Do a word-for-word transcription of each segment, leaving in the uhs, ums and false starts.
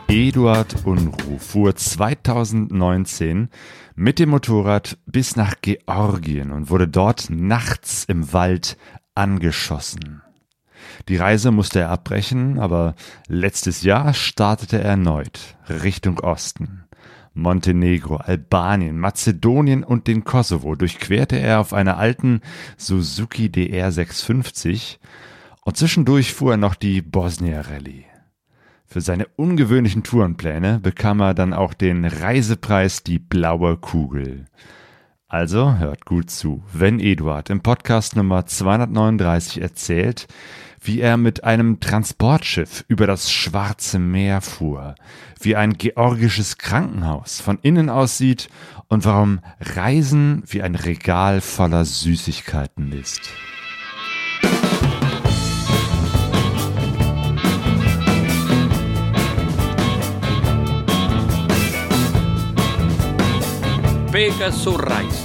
Eduard Unruh fuhr zweitausendneunzehn mit dem Motorrad bis nach Georgien und wurde dort nachts im Wald angeschossen. Die Reise musste er abbrechen, aber letztes Jahr startete er erneut Richtung Osten. Montenegro, Albanien, Mazedonien und den Kosovo durchquerte er auf einer alten Suzuki D R sechshundertfünfzig und zwischendurch fuhr er noch die Bosnia-Rallye. Für seine ungewöhnlichen Tourenpläne bekam er dann auch den Reisepreis Die Blaue Kugel. Also hört gut zu, wenn Eduard im Podcast Nummer zweihundertneununddreißig erzählt, wie er mit einem Transportschiff über das Schwarze Meer fuhr, wie ein georgisches Krankenhaus von innen aussieht und warum Reisen wie ein Regal voller Süßigkeiten ist. Pegaso Reise.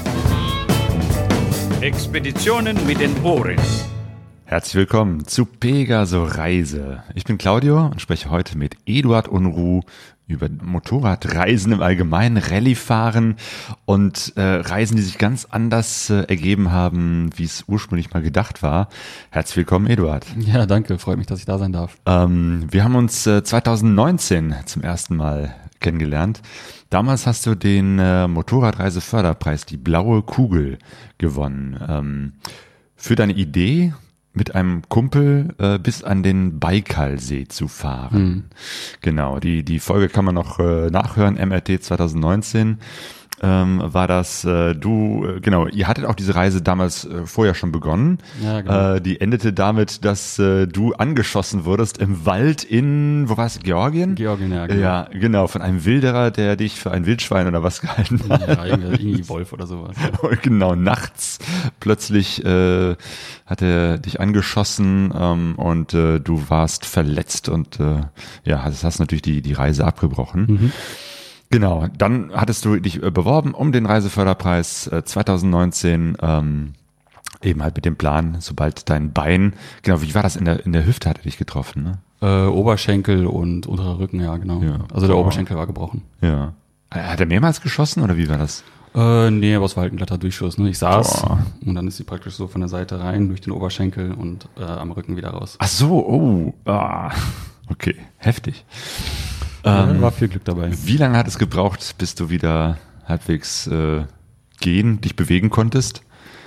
Expeditionen mit den Ohren. Herzlich willkommen zu Pegaso Reise. Ich bin Claudio und spreche heute mit Eduard Unruh über Motorradreisen im Allgemeinen, Rallyefahren und äh, Reisen, die sich ganz anders äh, ergeben haben, wie es ursprünglich mal gedacht war. Herzlich willkommen, Eduard. Ja, danke. Freut mich, dass ich da sein darf. Ähm, wir haben uns äh, zweitausendneunzehn zum ersten Mal kennengelernt. Damals hast du den äh, Motorradreiseförderpreis, die Blaue Kugel, gewonnen. Ähm, für deine Idee, mit einem Kumpel äh, bis an den Baikalsee zu fahren. Mhm. Genau, die die Folge kann man noch äh, nachhören, M R T zweitausendneunzehn. Ähm, war das, äh, du, äh, genau, ihr hattet auch diese Reise damals äh, vorher schon begonnen. Ja, genau. Äh, die endete damit, dass äh, du angeschossen wurdest im Wald in, wo war es, Georgien? Georgien, ja, genau. Ja, genau, von einem Wilderer, der dich für ein Wildschwein oder was gehalten hat. Ja, irgendwie Wolf oder sowas. Ja. Genau, nachts plötzlich äh, hat er dich angeschossen ähm, und äh, du warst verletzt und äh, ja, hast, hast natürlich die, die Reise abgebrochen. Mhm. Genau, dann hattest du dich beworben um den Reiseförderpreis äh, zweitausendneunzehn, ähm, eben halt mit dem Plan, sobald dein Bein, genau, wie war das, in der in der Hüfte hat er dich getroffen, ne? Äh, Oberschenkel und unterer Rücken, ja, genau. Ja. Also der oh. Oberschenkel war gebrochen. Ja. Hat er mehrmals geschossen oder wie war das? Äh, nee, aber es war halt ein glatter Durchschuss, ne? Ich saß oh. und dann ist sie praktisch so von der Seite rein, durch den Oberschenkel und äh, am Rücken wieder raus. Ach so, oh, ah. Okay, heftig. Ja, ähm, war viel Glück dabei. Wie lange hat es gebraucht, bis du wieder halbwegs äh, gehen, dich bewegen konntest?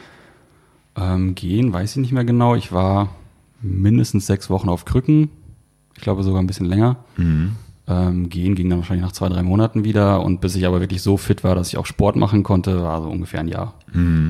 Ähm, gehen, weiß ich nicht mehr genau. Ich war mindestens sechs Wochen auf Krücken. Ich glaube sogar ein bisschen länger. Mhm. Ähm, gehen ging dann wahrscheinlich nach zwei, drei Monaten wieder. Und bis ich aber wirklich so fit war, dass ich auch Sport machen konnte, war so ungefähr ein Jahr. Mhm.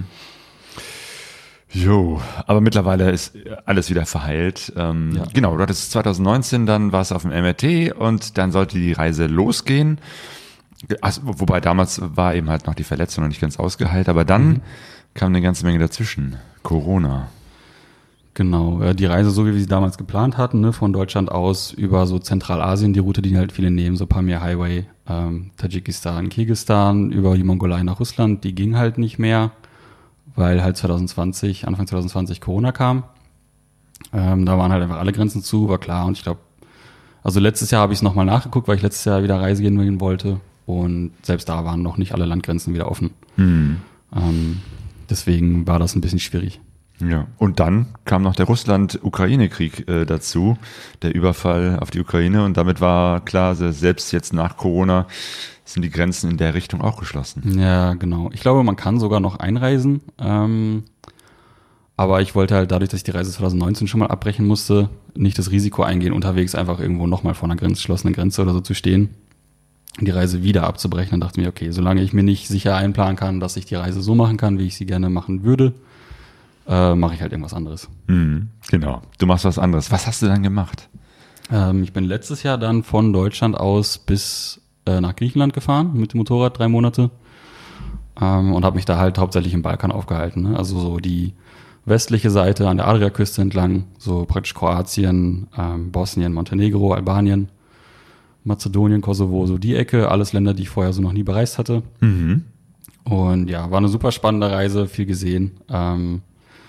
Jo, aber mittlerweile ist alles wieder verheilt. Ähm, ja. Genau, du hattest zweitausendneunzehn, dann warst du auf dem M R T und dann sollte die Reise losgehen. Also, wobei damals war eben halt noch die Verletzung noch nicht ganz ausgeheilt, aber dann mhm. kam eine ganze Menge dazwischen. Corona. Genau, die Reise, so wie wir sie damals geplant hatten, ne, von Deutschland aus über so Zentralasien, die Route, die halt viele nehmen, so Pamir Highway, ähm, Tadschikistan, Kirgisistan, über die Mongolei nach Russland, die ging halt nicht mehr, weil halt zwanzig zwanzig, Anfang zwanzig zwanzig Corona kam. Ähm, da waren halt einfach alle Grenzen zu, war klar. Und ich glaube, also letztes Jahr habe ich es nochmal nachgeguckt, weil ich letztes Jahr wieder Reise gehen wollte. Und selbst da waren noch nicht alle Landgrenzen wieder offen. Mhm. Ähm, deswegen war das ein bisschen schwierig. Ja, und dann kam noch der Russland-Ukraine-Krieg äh, dazu, der Überfall auf die Ukraine. Und damit war klar, selbst jetzt nach Corona sind die Grenzen in der Richtung auch geschlossen. Ja, genau. Ich glaube, man kann sogar noch einreisen. Ähm, aber ich wollte halt dadurch, dass ich die Reise zwanzig neunzehn schon mal abbrechen musste, nicht das Risiko eingehen, unterwegs einfach irgendwo nochmal vor einer Grenze, geschlossenen Grenze oder so zu stehen, die Reise wieder abzubrechen. Dann dachte ich mir, okay, solange ich mir nicht sicher einplanen kann, dass ich die Reise so machen kann, wie ich sie gerne machen würde, äh, mache ich halt irgendwas anderes. Mhm, genau. Du machst was anderes. Was hast du dann gemacht? Ähm, ich bin letztes Jahr dann von Deutschland aus bis nach Griechenland gefahren mit dem Motorrad, drei Monate ähm, und habe mich da halt hauptsächlich im Balkan aufgehalten, ne? Also so die westliche Seite an der Adriaküste entlang, so praktisch Kroatien, ähm, Bosnien, Montenegro, Albanien, Mazedonien, Kosovo, so die Ecke, alles Länder, die ich vorher so noch nie bereist hatte. Mhm. Und ja, war eine super spannende Reise, viel gesehen. Ähm,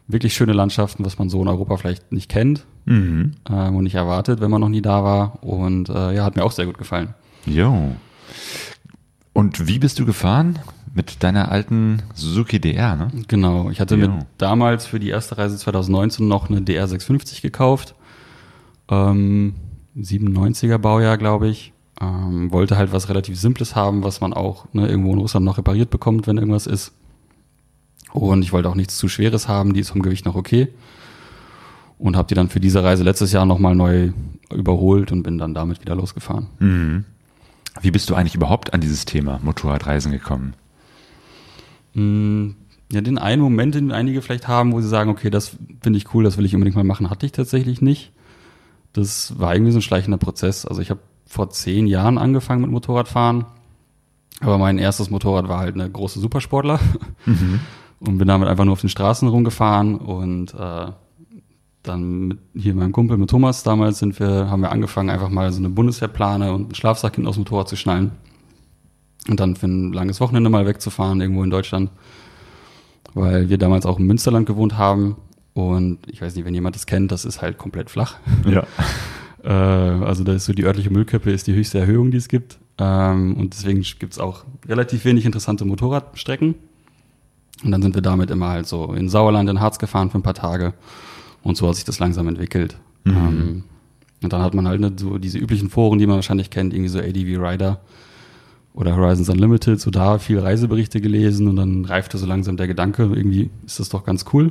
wirklich schöne Landschaften, was man so in Europa vielleicht nicht kennt Mhm. ähm, und nicht erwartet, wenn man noch nie da war. Und äh, ja, hat mir auch sehr gut gefallen. Jo. Und wie bist du gefahren? Mit deiner alten Suzuki D R, ne? Genau, ich hatte Jo. mir damals für die erste Reise zwanzig neunzehn noch eine D R sechshundertfünfzig gekauft. Ähm, siebenundneunziger Baujahr, glaube ich. Ähm, wollte halt was relativ Simples haben, was man auch ne, irgendwo in Russland noch repariert bekommt, wenn irgendwas ist. Und ich wollte auch nichts zu Schweres haben, die ist vom Gewicht noch okay. Und habe die dann für diese Reise letztes Jahr nochmal neu überholt und bin dann damit wieder losgefahren. Mhm. Wie bist du eigentlich überhaupt an dieses Thema Motorradreisen gekommen? Mm, Ja, den einen Moment, den einige vielleicht haben, wo sie sagen, okay, das finde ich cool, das will ich unbedingt mal machen, hatte ich tatsächlich nicht. Das war irgendwie so ein schleichender Prozess. Also ich habe vor zehn Jahren angefangen mit Motorradfahren, aber mein erstes Motorrad war halt eine große Supersportler Mhm. und bin damit einfach nur auf den Straßen rumgefahren und äh, dann mit hier meinem Kumpel, mit Thomas damals, sind wir, haben wir angefangen, einfach mal so eine Bundeswehrplane und einen Schlafsack hinten aus dem Motorrad zu schnallen und dann für ein langes Wochenende mal wegzufahren irgendwo in Deutschland, weil wir damals auch im Münsterland gewohnt haben und ich weiß nicht, wenn jemand das kennt, das ist halt komplett flach. Ja. Äh, also da ist so die örtliche Müllkippe ist die höchste Erhöhung, die es gibt. Ähm, und deswegen gibt es auch relativ wenig interessante Motorradstrecken. Und dann sind wir damit immer halt so in Sauerland, in Harz gefahren für ein paar Tage. Und so hat sich das langsam entwickelt. Mhm. Ähm, und dann hat man halt nicht so diese üblichen Foren, die man wahrscheinlich kennt, irgendwie so A D V Rider oder Horizons Unlimited, so da viel Reiseberichte gelesen und dann reifte so langsam der Gedanke, irgendwie ist das doch ganz cool.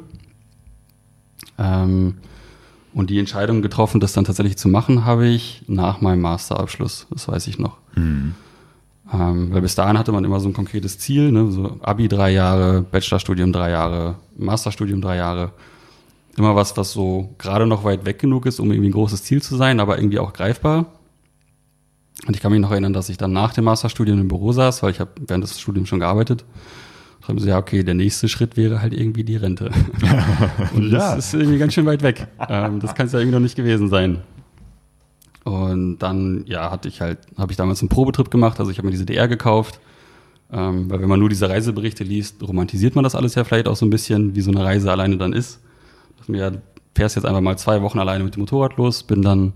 Ähm, Und die Entscheidung getroffen, das dann tatsächlich zu machen, habe ich nach meinem Masterabschluss. Das weiß ich noch. Mhm. Ähm, weil bis dahin hatte man immer so ein konkretes Ziel, ne? So Abi drei Jahre, Bachelorstudium drei Jahre, Masterstudium drei Jahre. Immer was, was so gerade noch weit weg genug ist, um irgendwie ein großes Ziel zu sein, aber irgendwie auch greifbar. Und ich kann mich noch erinnern, dass ich dann nach dem Masterstudium im Büro saß, weil ich habe während des Studiums schon gearbeitet. Ich habe so, ja, okay, der nächste Schritt wäre halt irgendwie die Rente. Und Ja. das ist irgendwie ganz schön weit weg. Ähm, das kann es ja irgendwie noch nicht gewesen sein. Und dann, ja, hatte ich halt, habe ich damals einen Probetrip gemacht, also ich habe mir diese D R gekauft, ähm, weil wenn man nur diese Reiseberichte liest, romantisiert man das alles ja vielleicht auch so ein bisschen, wie so eine Reise alleine dann ist. Dass mir ja, fährst jetzt einfach mal zwei Wochen alleine mit dem Motorrad los, bin dann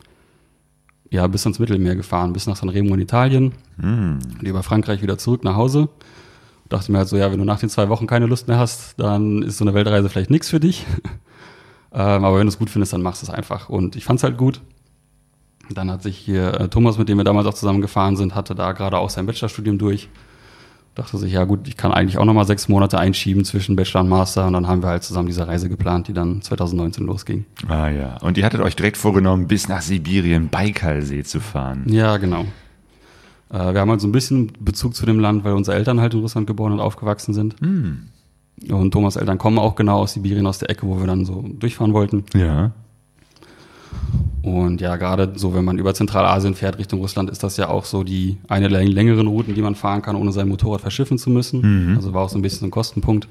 ja bis ans Mittelmeer gefahren, bis nach Sanremo in Italien Mhm. und über Frankreich wieder zurück nach Hause. Dachte mir halt so, ja, wenn du nach den zwei Wochen keine Lust mehr hast, dann ist so eine Weltreise vielleicht nichts für dich. ähm, aber wenn du es gut findest, dann machst du es einfach. Und ich fand es halt gut. Dann hat sich hier äh, Thomas, mit dem wir damals auch zusammen gefahren sind, hatte da gerade auch sein Bachelorstudium durch. Dachte sich, ja gut, ich kann eigentlich auch nochmal sechs Monate einschieben zwischen Bachelor und Master. Und dann haben wir halt zusammen diese Reise geplant, die dann zwanzig neunzehn losging. Ah ja. Und ihr hattet euch direkt vorgenommen, bis nach Sibirien, Baikalsee zu fahren. Ja, genau. Äh, wir haben halt so ein bisschen Bezug zu dem Land, weil unsere Eltern halt in Russland geboren und aufgewachsen sind. Mhm. Und Thomas' Eltern kommen auch genau aus Sibirien, aus der Ecke, wo wir dann so durchfahren wollten. Ja. Und ja, gerade so, wenn man über Zentralasien fährt Richtung Russland, ist das ja auch so die eine der längeren Routen, die man fahren kann, ohne sein Motorrad verschiffen zu müssen. Mhm. Also war auch so ein bisschen ein Kostenpunkt.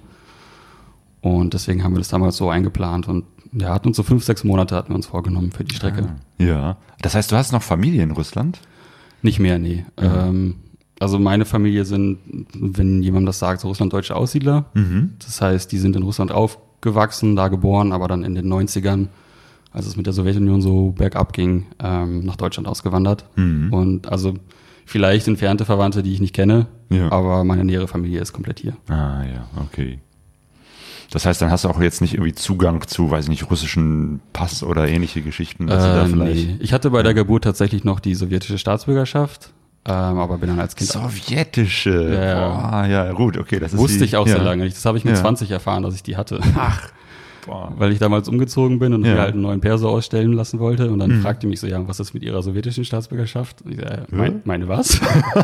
Und deswegen haben wir das damals so eingeplant. Und ja, hatten uns so fünf, sechs Monate hatten wir uns vorgenommen für die Strecke. Ja. Das heißt, du hast noch Familie in Russland? Nicht mehr, nee. Ähm, also meine Familie sind, wenn jemandem das sagt, so russlanddeutsche Aussiedler. Mhm. Das heißt, die sind in Russland aufgewachsen, da geboren, aber dann in den neunzigern, als es mit der Sowjetunion so bergab ging, ähm, nach Deutschland ausgewandert. Mhm. Und also vielleicht entfernte Verwandte, die ich nicht kenne, Ja. aber meine nähere Familie ist komplett hier. Ah ja, okay. Das heißt, dann hast du auch jetzt nicht irgendwie Zugang zu, weiß ich nicht, russischen Pass oder ähnliche Geschichten, dass du da Äh, vielleicht... nee. Ich hatte bei der Geburt tatsächlich noch die sowjetische Staatsbürgerschaft, ähm, aber bin dann als Kind Sowjetische. Ja, ja. Boah, ja, gut, okay. Das ist wusste die, ich auch ja. sehr lange nicht. Das habe ich mit Ja. zwanzig erfahren, dass ich die hatte. Ach. Boah. Weil ich damals umgezogen bin und Ja. mir halt einen neuen Perso ausstellen lassen wollte. Und dann Mhm. fragte mich so, ja, was ist mit ihrer sowjetischen Staatsbürgerschaft? Und ich so, äh, mein, Hm? meine was?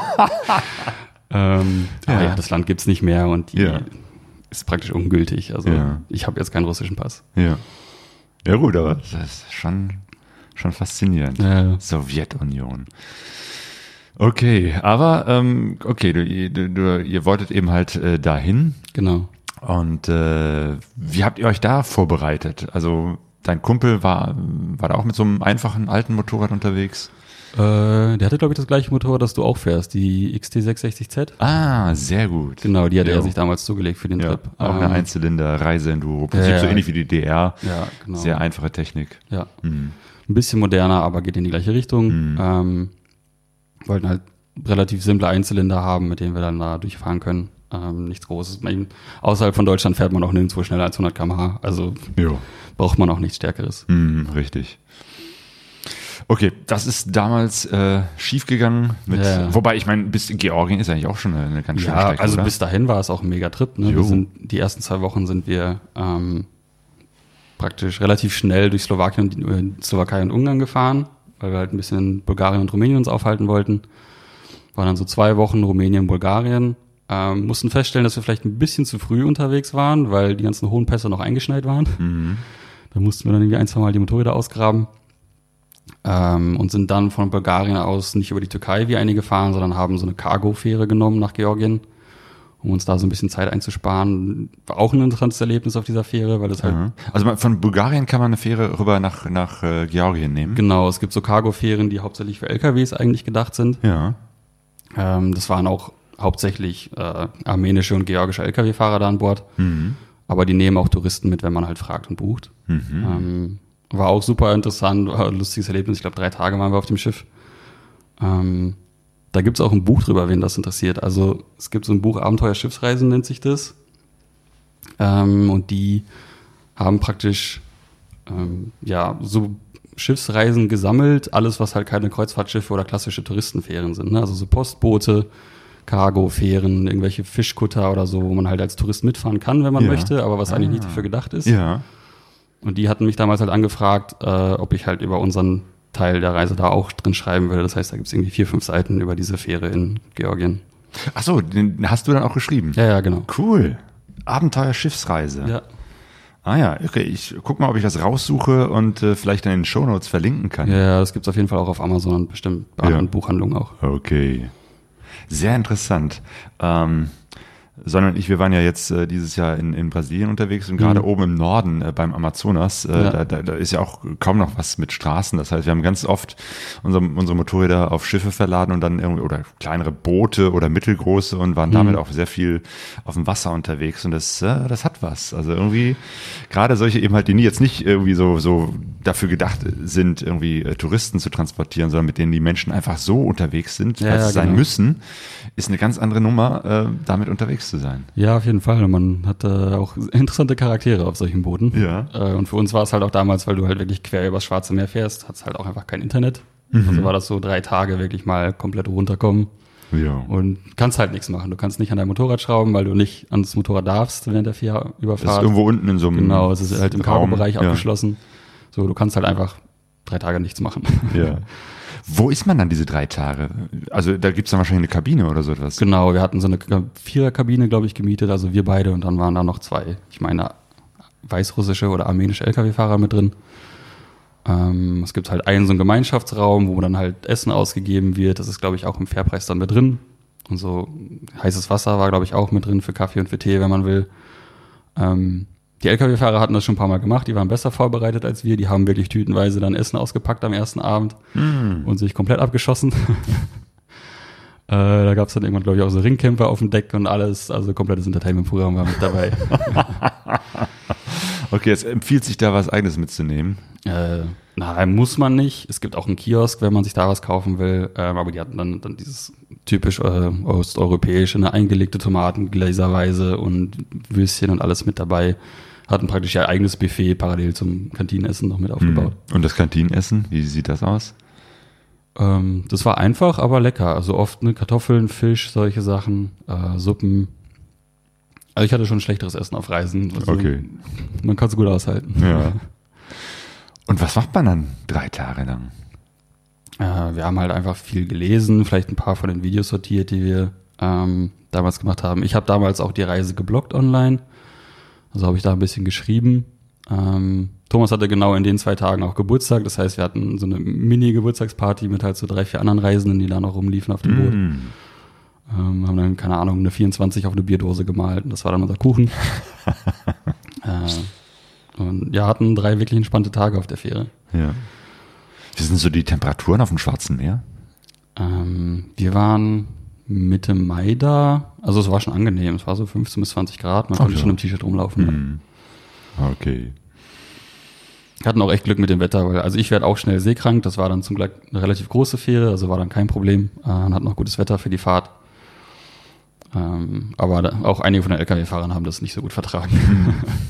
ähm, Ja. Aber ja, das Land gibt's nicht mehr und die Ja. ist praktisch ungültig. Also Ja. ich habe jetzt keinen russischen Pass. Ja. Ja gut, aber das ist schon, schon faszinierend. Ja. Sowjetunion. Okay, aber ähm, okay, du, du, du, ihr wolltet eben halt äh, dahin. Genau. Und äh, wie habt ihr euch da vorbereitet? Also dein Kumpel war, war da auch mit so einem einfachen alten Motorrad unterwegs? Äh, der hatte, glaube ich, das gleiche Motorrad, das du auch fährst, die X T sechshundertsechzig Z. Ah, sehr gut. Genau, die hat Ja. er sich damals zugelegt für den Ja, Trip. auch eine Ähm, Einzylinder-Reise-Enduro. Prinzip ja, so ja. ähnlich wie die D R. Ja, genau. Sehr einfache Technik. Ja. Mhm. Ein bisschen moderner, aber geht in die gleiche Richtung. Mhm. Ähm, wollten halt relativ simple Einzylinder haben, mit denen wir dann da durchfahren können. Ähm, nichts Großes. Man, außerhalb von Deutschland fährt man auch nirgendwo schneller als hundert Kilometer pro Stunde. Also Jo. braucht man auch nichts Stärkeres. Mhm, richtig. Okay, das ist damals äh, schiefgegangen. Mit, Ja. Wobei, ich meine, bis in Georgien ist eigentlich auch schon eine, eine ganz schöne Ja, Strecke, also oder? bis dahin war es auch ein Mega-Trip. Ne? Jo. Wir sind, die ersten zwei Wochen sind wir ähm, praktisch relativ schnell durch Slowakei und, äh, Slowakei und Ungarn gefahren, weil wir halt ein bisschen in Bulgarien und Rumänien uns aufhalten wollten. Waren dann so zwei Wochen Rumänien, Bulgarien. Ähm, mussten feststellen, dass wir vielleicht ein bisschen zu früh unterwegs waren, weil die ganzen hohen Pässe noch eingeschneit waren. Mhm. Da mussten wir dann irgendwie ein, zwei Mal die Motorräder ausgraben. Ähm, und sind dann von Bulgarien aus nicht über die Türkei wie einige fahren, sondern haben so eine Cargo-Fähre genommen nach Georgien, um uns da so ein bisschen Zeit einzusparen. War auch ein interessantes Erlebnis auf dieser Fähre, weil es halt, Ja. Also man- von Bulgarien kann man eine Fähre rüber nach, nach äh, Georgien nehmen. genau, es gibt so Cargo-Fähren, die hauptsächlich für L K Ws eigentlich gedacht sind. Ja. Ähm, das waren auch hauptsächlich äh, armenische und georgische L K W-Fahrer da an Bord. Mhm. Aber die nehmen auch Touristen mit, wenn man halt fragt und bucht. Mhm. Ähm, war auch super interessant, war ein lustiges Erlebnis. Ich glaube, drei Tage waren wir auf dem Schiff. Ähm, da gibt's auch ein Buch drüber, wen das interessiert. Also es gibt so ein Buch, Abenteuer Schiffsreisen nennt sich das. Ähm, und die haben praktisch ähm, ja so Schiffsreisen gesammelt, alles, was halt keine Kreuzfahrtschiffe oder klassische Touristenfähren sind. Ne? Also so Postboote, Cargo-Fähren, irgendwelche Fischkutter oder so, wo man halt als Tourist mitfahren kann, wenn man Ja. möchte, aber was eigentlich Ah. nicht dafür gedacht ist. Ja. Und die hatten mich damals halt angefragt, äh, ob ich halt über unseren Teil der Reise da auch drin schreiben will. Das heißt, da gibt's irgendwie vier, fünf Seiten über diese Fähre in Georgien. Ach so, den hast du dann auch geschrieben? Ja, ja, genau. Cool. Abenteuer Schiffsreise. Ja, Ah ja, okay. Ich guck mal, ob ich das raussuche und äh, vielleicht in den Shownotes verlinken kann. ja, ja, das gibt's auf jeden Fall auch auf Amazon und bestimmt bei Ja. anderen Buchhandlungen auch. Okay. Sehr interessant. Ähm, Sondern und ich, wir waren ja jetzt äh, dieses Jahr in, in Brasilien unterwegs und gerade Mhm. oben im Norden äh, beim Amazonas, äh, Ja. da, da, da ist ja auch kaum noch was mit Straßen. Das heißt, wir haben ganz oft unsere, unsere Motorräder auf Schiffe verladen und dann irgendwie, oder kleinere Boote oder mittelgroße und waren damit Mhm. auch sehr viel auf dem Wasser unterwegs und das, äh, das hat was. Also irgendwie, gerade solche eben halt, die jetzt nicht irgendwie so, so dafür gedacht sind, irgendwie äh, Touristen zu transportieren, sondern mit denen die Menschen einfach so unterwegs sind, Ja, weil ja, sie sein genau. müssen, ist eine ganz andere Nummer, äh, damit unterwegs zu sein. Ja, auf jeden Fall. Und man hat äh, auch interessante Charaktere auf solchen Booten. Ja. Äh, und für uns war es halt auch damals, weil du halt wirklich quer übers Schwarze Meer fährst, hat es halt auch einfach kein Internet. Mhm. Also war das so drei Tage wirklich mal komplett runterkommen. Ja. Und kannst halt nichts machen. Du kannst nicht an dein Motorrad schrauben, weil du nicht ans Motorrad darfst während der Das ist Fährüberfahrt. irgendwo unten in so einem Genau, es ist halt im Raum. Cargo-Bereich Ja. abgeschlossen. So, du kannst halt einfach drei Tage nichts machen. Ja. Wo ist man dann diese drei Tage? Also da gibt's dann wahrscheinlich eine Kabine oder so etwas. Genau, wir hatten so eine Viererkabine, glaube ich, gemietet, also wir beide und dann waren da noch zwei, ich meine, weißrussische oder armenische L K W-Fahrer mit drin. Ähm, es gibt halt einen so einen Gemeinschaftsraum, wo dann halt Essen ausgegeben wird, das ist, glaube ich, auch im Fairpreis dann mit drin. Und so heißes Wasser war, glaube ich, auch mit drin für Kaffee und für Tee, wenn man will. Ähm, die L K W-Fahrer hatten das schon ein paar Mal gemacht, die waren besser vorbereitet als wir, die haben wirklich tütenweise dann Essen ausgepackt am ersten Abend Mm. und sich komplett abgeschossen. äh, da gab es dann irgendwann, glaube ich, auch so Ringkämpfe auf dem Deck und alles, also komplettes Entertainment-Programm war mit dabei. Okay, jetzt empfiehlt sich da was Eigenes mitzunehmen. äh, nein, muss man nicht. Es gibt auch einen Kiosk, wenn man sich da was kaufen will, ähm, aber die hatten dann, dann dieses typisch äh, osteuropäische, ne, eingelegte Tomaten gläserweise und Würstchen und alles mit dabei. Hatten praktisch ihr eigenes Buffet parallel zum Kantinenessen noch mit aufgebaut. Und das Kantinenessen, wie sieht das aus? Ähm, das war einfach, aber lecker. Also oft ne, Kartoffeln, Fisch, solche Sachen, äh, Suppen. Also ich hatte schon schlechteres Essen auf Reisen. Also Okay. Man kann es gut aushalten. Ja. Und was macht man dann drei Tage lang? Äh, wir haben halt einfach viel gelesen, vielleicht ein paar von den Videos sortiert, die wir ähm, damals gemacht haben. Ich habe damals auch die Reise gebloggt online. Also habe ich da ein bisschen geschrieben. Ähm, Thomas hatte genau in den zwei Tagen auch Geburtstag. Das heißt, wir hatten so eine Mini-Geburtstagsparty mit halt so drei, vier anderen Reisenden, die da noch rumliefen auf dem Boot. Mm. Ähm, haben dann, keine Ahnung, eine vierundzwanzig auf eine Bierdose gemalt und das war dann unser Kuchen. äh, und ja, hatten drei wirklich entspannte Tage auf der Fähre. Ja. Wie sind so die Temperaturen auf dem Schwarzen Meer? Ähm, wir waren Mitte Mai da, also es war schon angenehm, es war so fünfzehn bis zwanzig Grad, man Ach konnte ja. schon im T-Shirt rumlaufen. Hm. Okay. Wir hatten auch echt Glück mit dem Wetter, weil also ich werde auch schnell seekrank, das war dann zum Glück eine relativ große Fähre, also war dann kein Problem, äh, und hatten auch gutes Wetter für die Fahrt. Ähm, aber da, auch einige von den L K W-Fahrern haben das nicht so gut vertragen.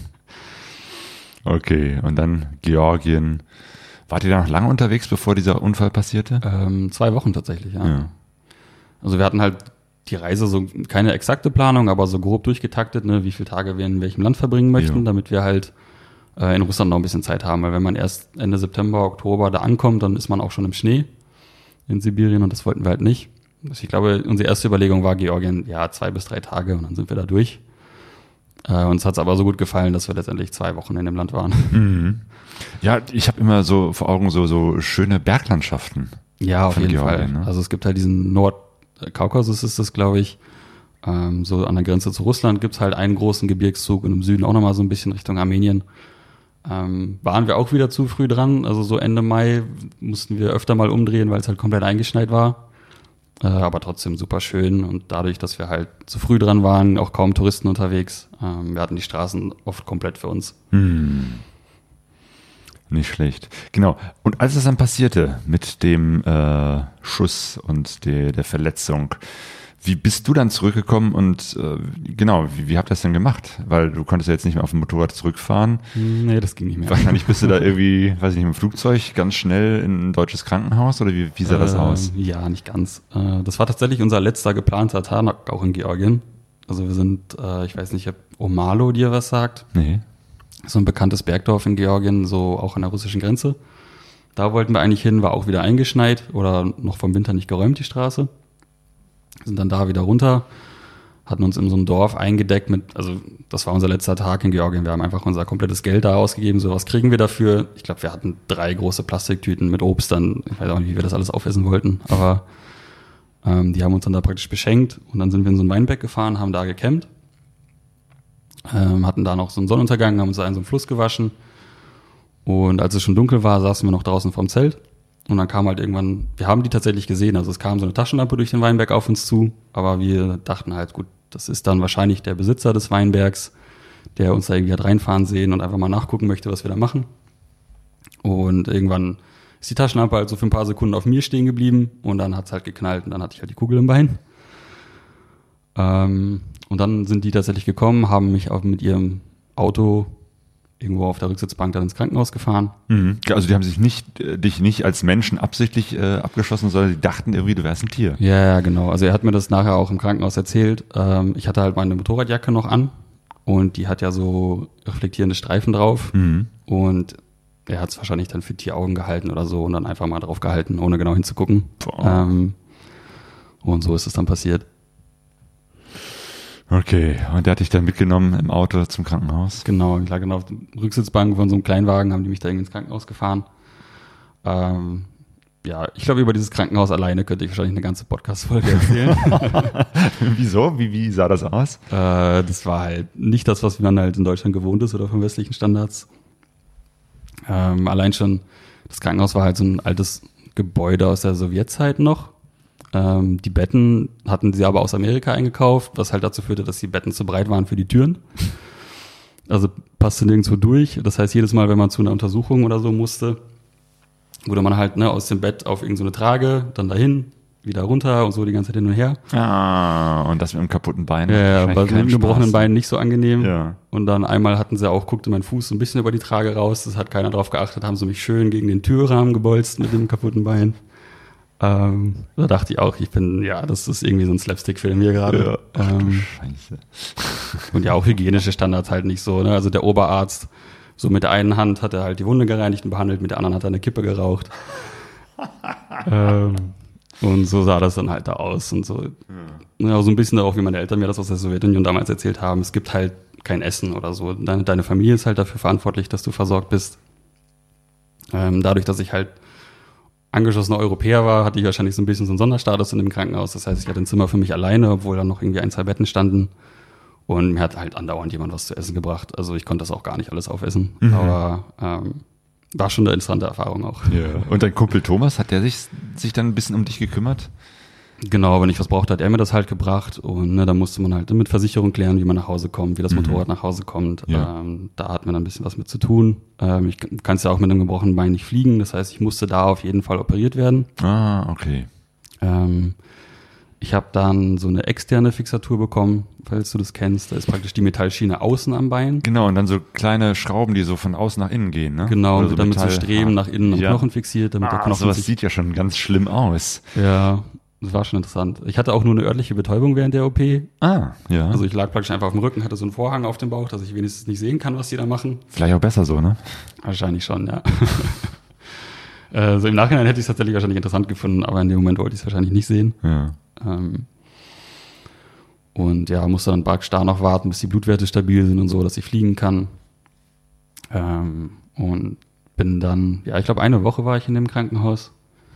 Okay, und dann Georgien. Wart ihr da noch lange unterwegs, bevor dieser Unfall passierte? ähm, zwei Wochen tatsächlich, ja. Ja. Also wir hatten halt die Reise so, keine exakte Planung, aber so grob durchgetaktet, ne, wie viele Tage wir in welchem Land verbringen möchten, Ja. damit wir halt äh, in Russland noch ein bisschen Zeit haben, weil wenn man erst Ende September, Oktober da ankommt, dann ist man auch schon im Schnee in Sibirien und das wollten wir halt nicht. Also ich glaube, unsere erste Überlegung war Georgien, ja, zwei bis drei Tage und dann sind wir da durch. Äh, uns hat es aber so gut gefallen, dass wir letztendlich zwei Wochen in dem Land waren. Mhm. Ja, ich habe immer so vor Augen so, so schöne Berglandschaften. Ja, auf Von jeden Georgien, Fall. ne? Also es gibt halt diesen Nordkaukasus ist das, glaube ich. Ähm, so an der Grenze zu Russland gibt's halt einen großen Gebirgszug und im Süden auch nochmal so ein bisschen Richtung Armenien. Ähm, waren wir auch wieder zu früh dran. Also so Ende Mai mussten wir öfter mal umdrehen, weil es halt komplett eingeschneit war. Äh, aber trotzdem super schön. Und dadurch, dass wir halt zu früh dran waren, auch kaum Touristen unterwegs. Ähm, wir hatten die Straßen oft komplett für uns. Hm. Nicht schlecht. Genau. Und als es dann passierte mit dem äh, Schuss und der, der Verletzung, wie bist du dann zurückgekommen und äh, genau, wie, wie habt ihr das denn gemacht? Weil du konntest ja jetzt nicht mehr auf dem Motorrad zurückfahren. Nee, das ging nicht mehr. Wahrscheinlich bist du da irgendwie, weiß ich nicht, mit dem Flugzeug ganz schnell in ein deutsches Krankenhaus oder wie, wie sah das Äh, aus? Ja, nicht ganz. Äh, das war tatsächlich unser letzter geplanter Tag auch in Georgien. Also wir sind, äh, ich weiß nicht, ob Omalo dir was sagt. Nee. So ein bekanntes Bergdorf in Georgien, so auch an der russischen Grenze. Da wollten wir eigentlich hin, war auch wieder eingeschneit oder noch vom Winter nicht geräumt, die Straße. Sind dann da wieder runter, hatten uns in so einem Dorf eingedeckt mit, also das war unser letzter Tag in Georgien. Wir haben einfach unser komplettes Geld da ausgegeben. So, was kriegen wir dafür? Ich glaube, wir hatten drei große Plastiktüten mit Obst dann. Ich weiß auch nicht, wie wir das alles aufessen wollten, aber ähm, die haben uns dann da praktisch beschenkt. Und dann sind wir in so ein Weinberg gefahren, haben da gecampt. Ähm, hatten da noch so einen Sonnenuntergang, haben uns da in so einem Fluss gewaschen. Und als es schon dunkel war, saßen wir noch draußen vorm Zelt. Und dann kam halt irgendwann, wir haben die tatsächlich gesehen, also es kam so eine Taschenlampe durch den Weinberg auf uns zu, aber wir dachten halt, gut, das ist dann wahrscheinlich der Besitzer des Weinbergs, der uns da irgendwie hat reinfahren sehen und einfach mal nachgucken möchte, was wir da machen. Und irgendwann ist die Taschenlampe halt so für ein paar Sekunden auf mir stehen geblieben und dann hat's halt geknallt und dann hatte ich halt die Kugel im Bein. Ähm, und dann sind die tatsächlich gekommen, haben mich auch mit ihrem Auto irgendwo auf der Rücksitzbank dann ins Krankenhaus gefahren. Mhm. Also die haben sich nicht, äh, dich nicht als Menschen absichtlich äh, abgeschossen, sondern die dachten irgendwie, du wärst ein Tier. Ja, ja, genau. Also er hat mir das nachher auch im Krankenhaus erzählt. Ähm, ich hatte halt meine Motorradjacke noch an und die hat ja so reflektierende Streifen drauf. Mhm. Und er hat es wahrscheinlich dann für Tieraugen gehalten oder so und dann einfach mal drauf gehalten, ohne genau hinzugucken. Boah. Ähm, und so ist es dann passiert. Okay, und der hat dich dann mitgenommen im Auto zum Krankenhaus? Genau, ich lag dann auf der Rücksitzbank von so einem Kleinwagen, haben die mich da irgendwie ins Krankenhaus gefahren. Ähm, ja, ich glaube, über dieses Krankenhaus alleine könnte ich wahrscheinlich eine ganze Podcast-Folge erzählen. Wieso? Wie, wie sah das aus? Äh, das war halt nicht das, was man halt in Deutschland gewohnt ist oder von westlichen Standards. Ähm, allein schon, das Krankenhaus war halt so ein altes Gebäude aus der Sowjetzeit noch. Ähm, die Betten hatten sie aber aus Amerika eingekauft, was halt dazu führte, dass die Betten zu breit waren für die Türen. Also passte nirgendwo durch. Das heißt, jedes Mal, wenn man zu einer Untersuchung oder so musste, wurde man halt ne, aus dem Bett auf irgendeine so Trage, dann dahin, wieder runter und so die ganze Zeit hin und her. Ah, und das mit einem kaputten Bein. Ja, ja, Wahrscheinlich bei keinen dem gebrochenen Spaß. Bein nicht so angenehm. Ja. Und dann einmal hatten sie auch, guckte mein Fuß so ein bisschen über die Trage raus, das hat keiner drauf geachtet, haben sie mich schön gegen den Türrahmen gebolzt mit dem kaputten Bein. Ähm, da dachte ich auch, ich bin, ja, das ist irgendwie so ein Slapstick-Film hier gerade. Ja. Ach, du Ähm, Scheiße. und ja, auch hygienische Standards halt nicht so, ne? Also der Oberarzt, so mit der einen Hand hat er halt die Wunde gereinigt und behandelt, mit der anderen hat er eine Kippe geraucht. ähm, und so sah das dann halt da aus und so. Ja. Ja, so ein bisschen auch, wie meine Eltern mir das aus der Sowjetunion damals erzählt haben. Es gibt halt kein Essen oder so. Deine, deine Familie ist halt dafür verantwortlich, dass du versorgt bist. Ähm, dadurch, dass ich halt angeschlossener Europäer war, hatte ich wahrscheinlich so ein bisschen so einen Sonderstatus in dem Krankenhaus. Das heißt, ich hatte ein Zimmer für mich alleine, obwohl dann noch irgendwie ein, zwei Betten standen. Und mir hat halt andauernd jemand was zu essen gebracht. Also ich konnte das auch gar nicht alles aufessen. Mhm. Aber ähm, war schon eine interessante Erfahrung auch. Ja. Und dein Kumpel Thomas, hat der sich, sich dann ein bisschen um dich gekümmert? Genau, wenn ich was brauchte, hat er mir das halt gebracht und ne, da musste man halt mit Versicherung klären, wie man nach Hause kommt, wie das Motorrad mhm. nach Hause kommt. Ja. Ähm, da hat man dann ein bisschen was mit zu tun. Ähm, ich kann es ja auch mit einem gebrochenen Bein nicht fliegen, das heißt, ich musste da auf jeden Fall operiert werden. Ah, okay. Ähm, ich habe dann so eine externe Fixatur bekommen, falls du das kennst. Da ist praktisch die Metallschiene außen am Bein. Genau, und dann so kleine Schrauben, die so von außen nach innen gehen, ne? Genau, Oder und so damit so Streben nach innen am ja. Knochen fixiert, damit ah, der Knochen sowas sich... sieht ja schon ganz schlimm aus. Ja, das war schon interessant. Ich hatte auch nur eine örtliche Betäubung während der O P. Ah, ja. Also ich lag praktisch einfach auf dem Rücken, hatte so einen Vorhang auf dem Bauch, dass ich wenigstens nicht sehen kann, was die da machen. Vielleicht auch besser so, ne? Wahrscheinlich schon, ja. Also im Nachhinein hätte ich es tatsächlich wahrscheinlich interessant gefunden, aber in dem Moment wollte ich es wahrscheinlich nicht sehen. Ja. Ähm, und ja, musste dann praktisch da noch warten, bis die Blutwerte stabil sind und so, dass ich fliegen kann. Ähm, und bin dann, ja, ich glaube eine Woche war ich in dem Krankenhaus.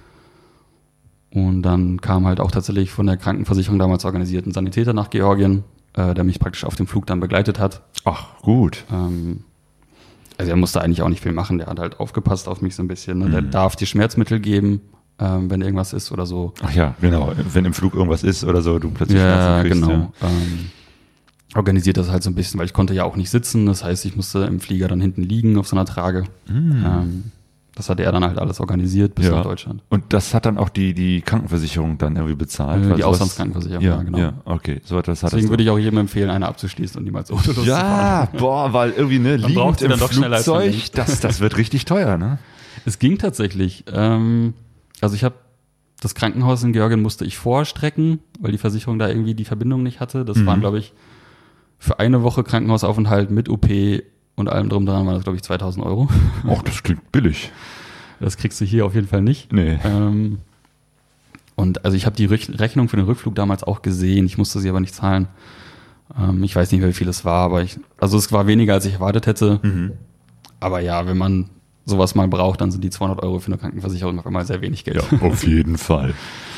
Und dann kam halt auch tatsächlich von der Krankenversicherung damals organisiert ein Sanitäter nach Georgien, äh, der mich praktisch auf dem Flug dann begleitet hat. Ach, gut. Ähm, also er musste eigentlich auch nicht viel machen, der hat halt aufgepasst auf mich so ein bisschen. Ne? Mhm. Der darf dir Schmerzmittel geben, ähm, wenn irgendwas ist oder so. Ach ja, genau. Wenn im Flug irgendwas ist oder so, du plötzlich ja, Schmerzen kriegst. Genau. Ja, ähm, organisiert das halt so ein bisschen, weil ich konnte ja auch nicht sitzen. Das heißt, ich musste im Flieger dann hinten liegen auf so einer Trage. Mhm. Ähm, Das hat er dann halt alles organisiert bis ja. nach Deutschland. Und das hat dann auch die, die Krankenversicherung dann irgendwie bezahlt? Äh, die sowas, Auslandskrankenversicherung, ja, ja, genau. Ja, okay. So etwas hat Deswegen das würde ich auch jedem empfehlen, eine abzuschließen und niemals Auto loszufahren. Ja, boah, weil irgendwie, ne, Man braucht liegend sie im dann doch schneller, als man Flugzeug, denkt. das, das wird richtig teuer, ne? Es ging tatsächlich. Ähm, also ich habe das Krankenhaus in Georgien musste ich vorstrecken, weil die Versicherung da irgendwie die Verbindung nicht hatte. Das Mhm. waren, glaube ich, für eine Woche Krankenhausaufenthalt mit O P und allem drum dran waren das, glaube ich, zweitausend Euro. Och, das klingt billig. Das kriegst du hier auf jeden Fall nicht. Nee. Ähm, und also ich habe die Rech- Rechnung für den Rückflug damals auch gesehen. Ich musste sie aber nicht zahlen. Ähm, ich weiß nicht mehr, wie viel es war, aber ich, also es war weniger, als ich erwartet hätte. Mhm. Aber ja, wenn man sowas mal braucht, dann sind die zweihundert Euro für eine Krankenversicherung auf einmal sehr wenig Geld. Ja, auf jeden Fall.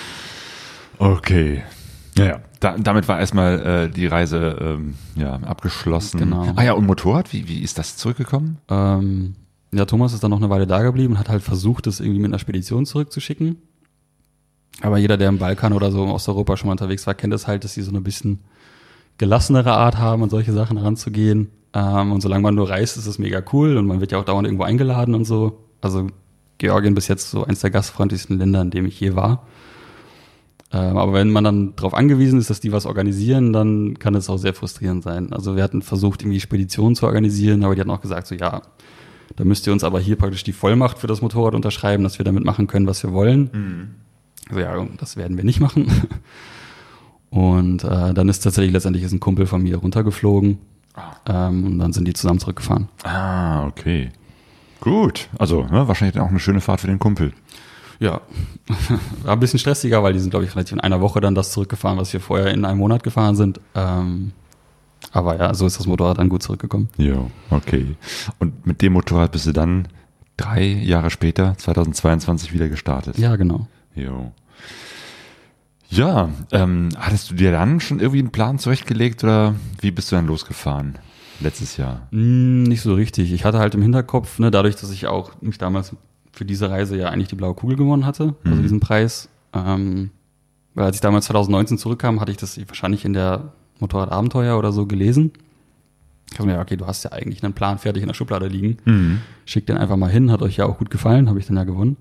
Okay. Naja, da, damit war erstmal äh, die Reise ähm, ja, abgeschlossen. Genau. Ah ja, und Motorrad, wie, wie ist das zurückgekommen? Ähm, ja, Thomas ist dann noch eine Weile da geblieben und hat halt versucht, das irgendwie mit einer Spedition zurückzuschicken. Aber jeder, der im Balkan oder so in Osteuropa schon mal unterwegs war, kennt es halt, dass sie so eine bisschen gelassenere Art haben, an solche Sachen heranzugehen. Ähm, und solange man nur reist, ist es mega cool und man wird ja auch dauernd irgendwo eingeladen und so. Also Georgien bis jetzt so eins der gastfreundlichsten Länder, in dem ich je war. Ähm, aber wenn man dann darauf angewiesen ist, dass die was organisieren, dann kann es auch sehr frustrierend sein. Also wir hatten versucht, irgendwie Speditionen zu organisieren, aber die hatten auch gesagt, so ja, da müsst ihr uns aber hier praktisch die Vollmacht für das Motorrad unterschreiben, dass wir damit machen können, was wir wollen. Mhm. Also ja, das werden wir nicht machen. Und äh, dann ist tatsächlich letztendlich ist ein Kumpel von mir runtergeflogen. Ah. Ähm, und dann sind die zusammen zurückgefahren. Ah, okay. Gut. Also, ne, wahrscheinlich dann auch eine schöne Fahrt für den Kumpel. Ja, war ein bisschen stressiger, weil die sind, glaube ich, relativ in einer Woche dann das zurückgefahren, was wir vorher in einem Monat gefahren sind. Ähm, aber ja, so ist das Motorrad dann gut zurückgekommen. Ja, okay. Und mit dem Motorrad bist du dann drei Jahre später, zweitausendzweiundzwanzig, wieder gestartet. Ja, genau. Jo. Ja, ähm, hattest du dir dann schon irgendwie einen Plan zurechtgelegt oder wie bist du dann losgefahren letztes Jahr? Mm, nicht so richtig. Ich hatte halt im Hinterkopf, ne, dadurch, dass ich auch mich damals für diese Reise ja eigentlich die blaue Kugel gewonnen hatte, also Mhm. diesen Preis. Ähm, weil als ich damals zweitausendneunzehn zurückkam, hatte ich das wahrscheinlich in der Motorradabenteuer oder so gelesen. Ich habe mir gedacht, okay, du hast ja eigentlich einen Plan fertig in der Schublade liegen. Mhm. Schickt den einfach mal hin, hat euch ja auch gut gefallen, habe ich dann ja gewonnen.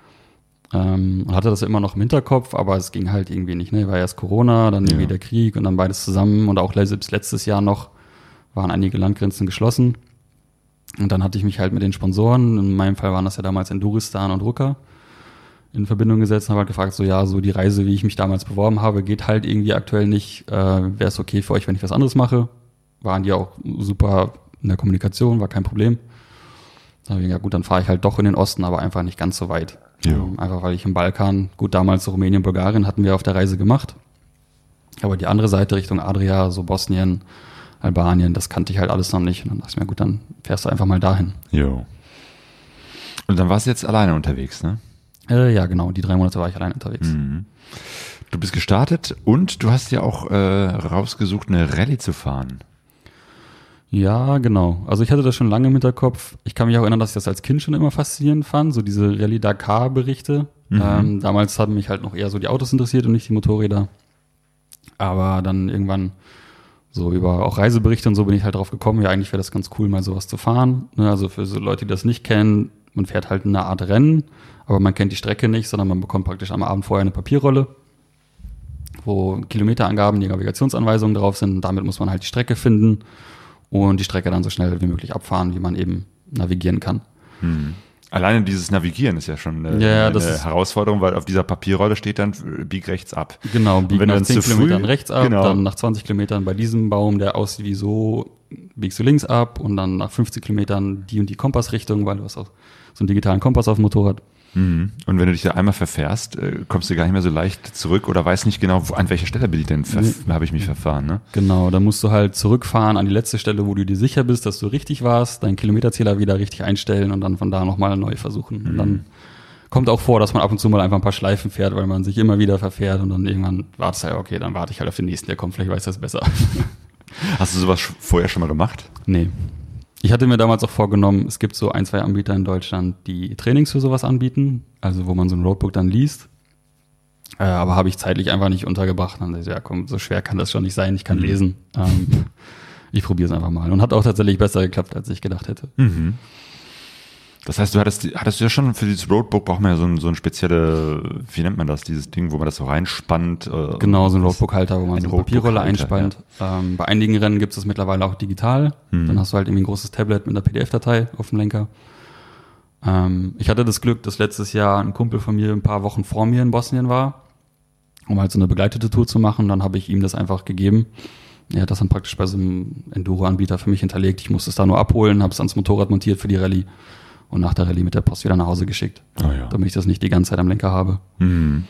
Ähm, und hatte das ja immer noch im Hinterkopf, aber es ging halt irgendwie nicht. Ne? War erst Corona, dann irgendwie Ja. der Krieg und dann beides zusammen. Und auch selbst letztes Jahr noch waren einige Landgrenzen geschlossen. Und dann hatte ich mich halt mit den Sponsoren, in meinem Fall waren das ja damals Enduristan und Rucker, in Verbindung gesetzt und habe halt gefragt, so ja, so die Reise, wie ich mich damals beworben habe, geht halt irgendwie aktuell nicht. Äh, Wäre es okay für euch, wenn ich was anderes mache? Waren die auch super in der Kommunikation, war kein Problem. Da habe ich gesagt, ja gut, dann fahre ich halt doch in den Osten, aber einfach nicht ganz so weit. Jo. Ähm, einfach weil ich im Balkan, gut, damals so Rumänien, Bulgarien hatten wir auf der Reise gemacht. Aber die andere Seite Richtung Adria, so Bosnien, Albanien, das kannte ich halt alles noch nicht. Und dann dachte ich mir, gut, dann fährst du einfach mal dahin. Jo. Und dann warst du jetzt alleine unterwegs, ne? Äh, ja, genau, die drei Monate war ich allein unterwegs. Mhm. Du bist gestartet und du hast ja auch äh, rausgesucht, eine Rallye zu fahren. Ja, genau. Also ich hatte das schon lange im Hinterkopf. Ich kann mich auch erinnern, dass ich das als Kind schon immer faszinierend fand, so diese Rallye Dakar-Berichte. Mhm. Ähm, damals haben mich halt noch eher so die Autos interessiert und nicht die Motorräder. Aber dann irgendwann so über auch Reiseberichte und so bin ich halt drauf gekommen, ja, eigentlich wäre das ganz cool, mal sowas zu fahren. Ne, also für so Leute, die das nicht kennen, man fährt halt eine Art Rennen, aber man kennt die Strecke nicht, sondern man bekommt praktisch am Abend vorher eine Papierrolle, wo Kilometerangaben, die Navigationsanweisungen drauf sind. Und damit muss man halt die Strecke finden und die Strecke dann so schnell wie möglich abfahren, wie man eben navigieren kann. Hm. Alleine dieses Navigieren ist ja schon eine, ja, eine das ist Herausforderung, weil auf dieser Papierrolle steht dann, bieg rechts ab. Genau, bieg nach zehn Kilometern rechts ab, genau. Dann nach zwanzig Kilometern bei diesem Baum, der aussieht wie so, biegst du links ab und dann nach fünfzig Kilometern die und die Kompassrichtung, weil du hast auch so einen digitalen Kompass auf dem Motorrad. Mhm. Und wenn du dich da einmal verfährst, kommst du gar nicht mehr so leicht zurück oder weißt nicht genau, wo, an welcher Stelle bin ich denn, nee. habe ich mich verfahren, ne? Genau, dann musst du halt zurückfahren an die letzte Stelle, wo du dir sicher bist, dass du richtig warst, deinen Kilometerzähler wieder richtig einstellen und dann von da nochmal neu versuchen. Mhm. Und dann kommt auch vor, dass man ab und zu mal einfach ein paar Schleifen fährt, weil man sich immer wieder verfährt und dann irgendwann wartest du halt, okay, dann warte ich halt auf den nächsten, der kommt, vielleicht weiß das besser. Hast du sowas vorher schon mal gemacht? Nee. Ich hatte mir damals auch vorgenommen, es gibt so ein, zwei Anbieter in Deutschland, die Trainings für sowas anbieten, also wo man so ein Roadbook dann liest. Äh, aber habe ich zeitlich einfach nicht untergebracht. Dann dachte ich, ja komm, so schwer kann das schon nicht sein, ich kann mhm. lesen. Ähm, ich probiere es einfach mal. Und hat auch tatsächlich besser geklappt, als ich gedacht hätte. Mhm. Das heißt, du hattest, hattest du ja schon für dieses Roadbook, braucht man ja so ein, so ein spezielle, wie nennt man das, dieses Ding, wo man das so reinspannt? Äh, genau, so ein Roadbook-Halter, wo man ein so eine Papierrolle einspannt. Ja. Ähm, bei einigen Rennen gibt es das mittlerweile auch digital. Hm. Dann hast du halt irgendwie ein großes Tablet mit einer P D F-Datei auf dem Lenker. Ähm, ich hatte das Glück, dass letztes Jahr ein Kumpel von mir ein paar Wochen vor mir in Bosnien war, um halt so eine begleitete Tour zu machen. Dann habe ich ihm das einfach gegeben. Er hat das dann praktisch bei so einem Enduro-Anbieter für mich hinterlegt. Ich musste es da nur abholen, habe es ans Motorrad montiert für die Rallye. Und nach der Rallye mit der Post wieder nach Hause geschickt, oh ja. damit ich das nicht die ganze Zeit am Lenker habe. Mhm.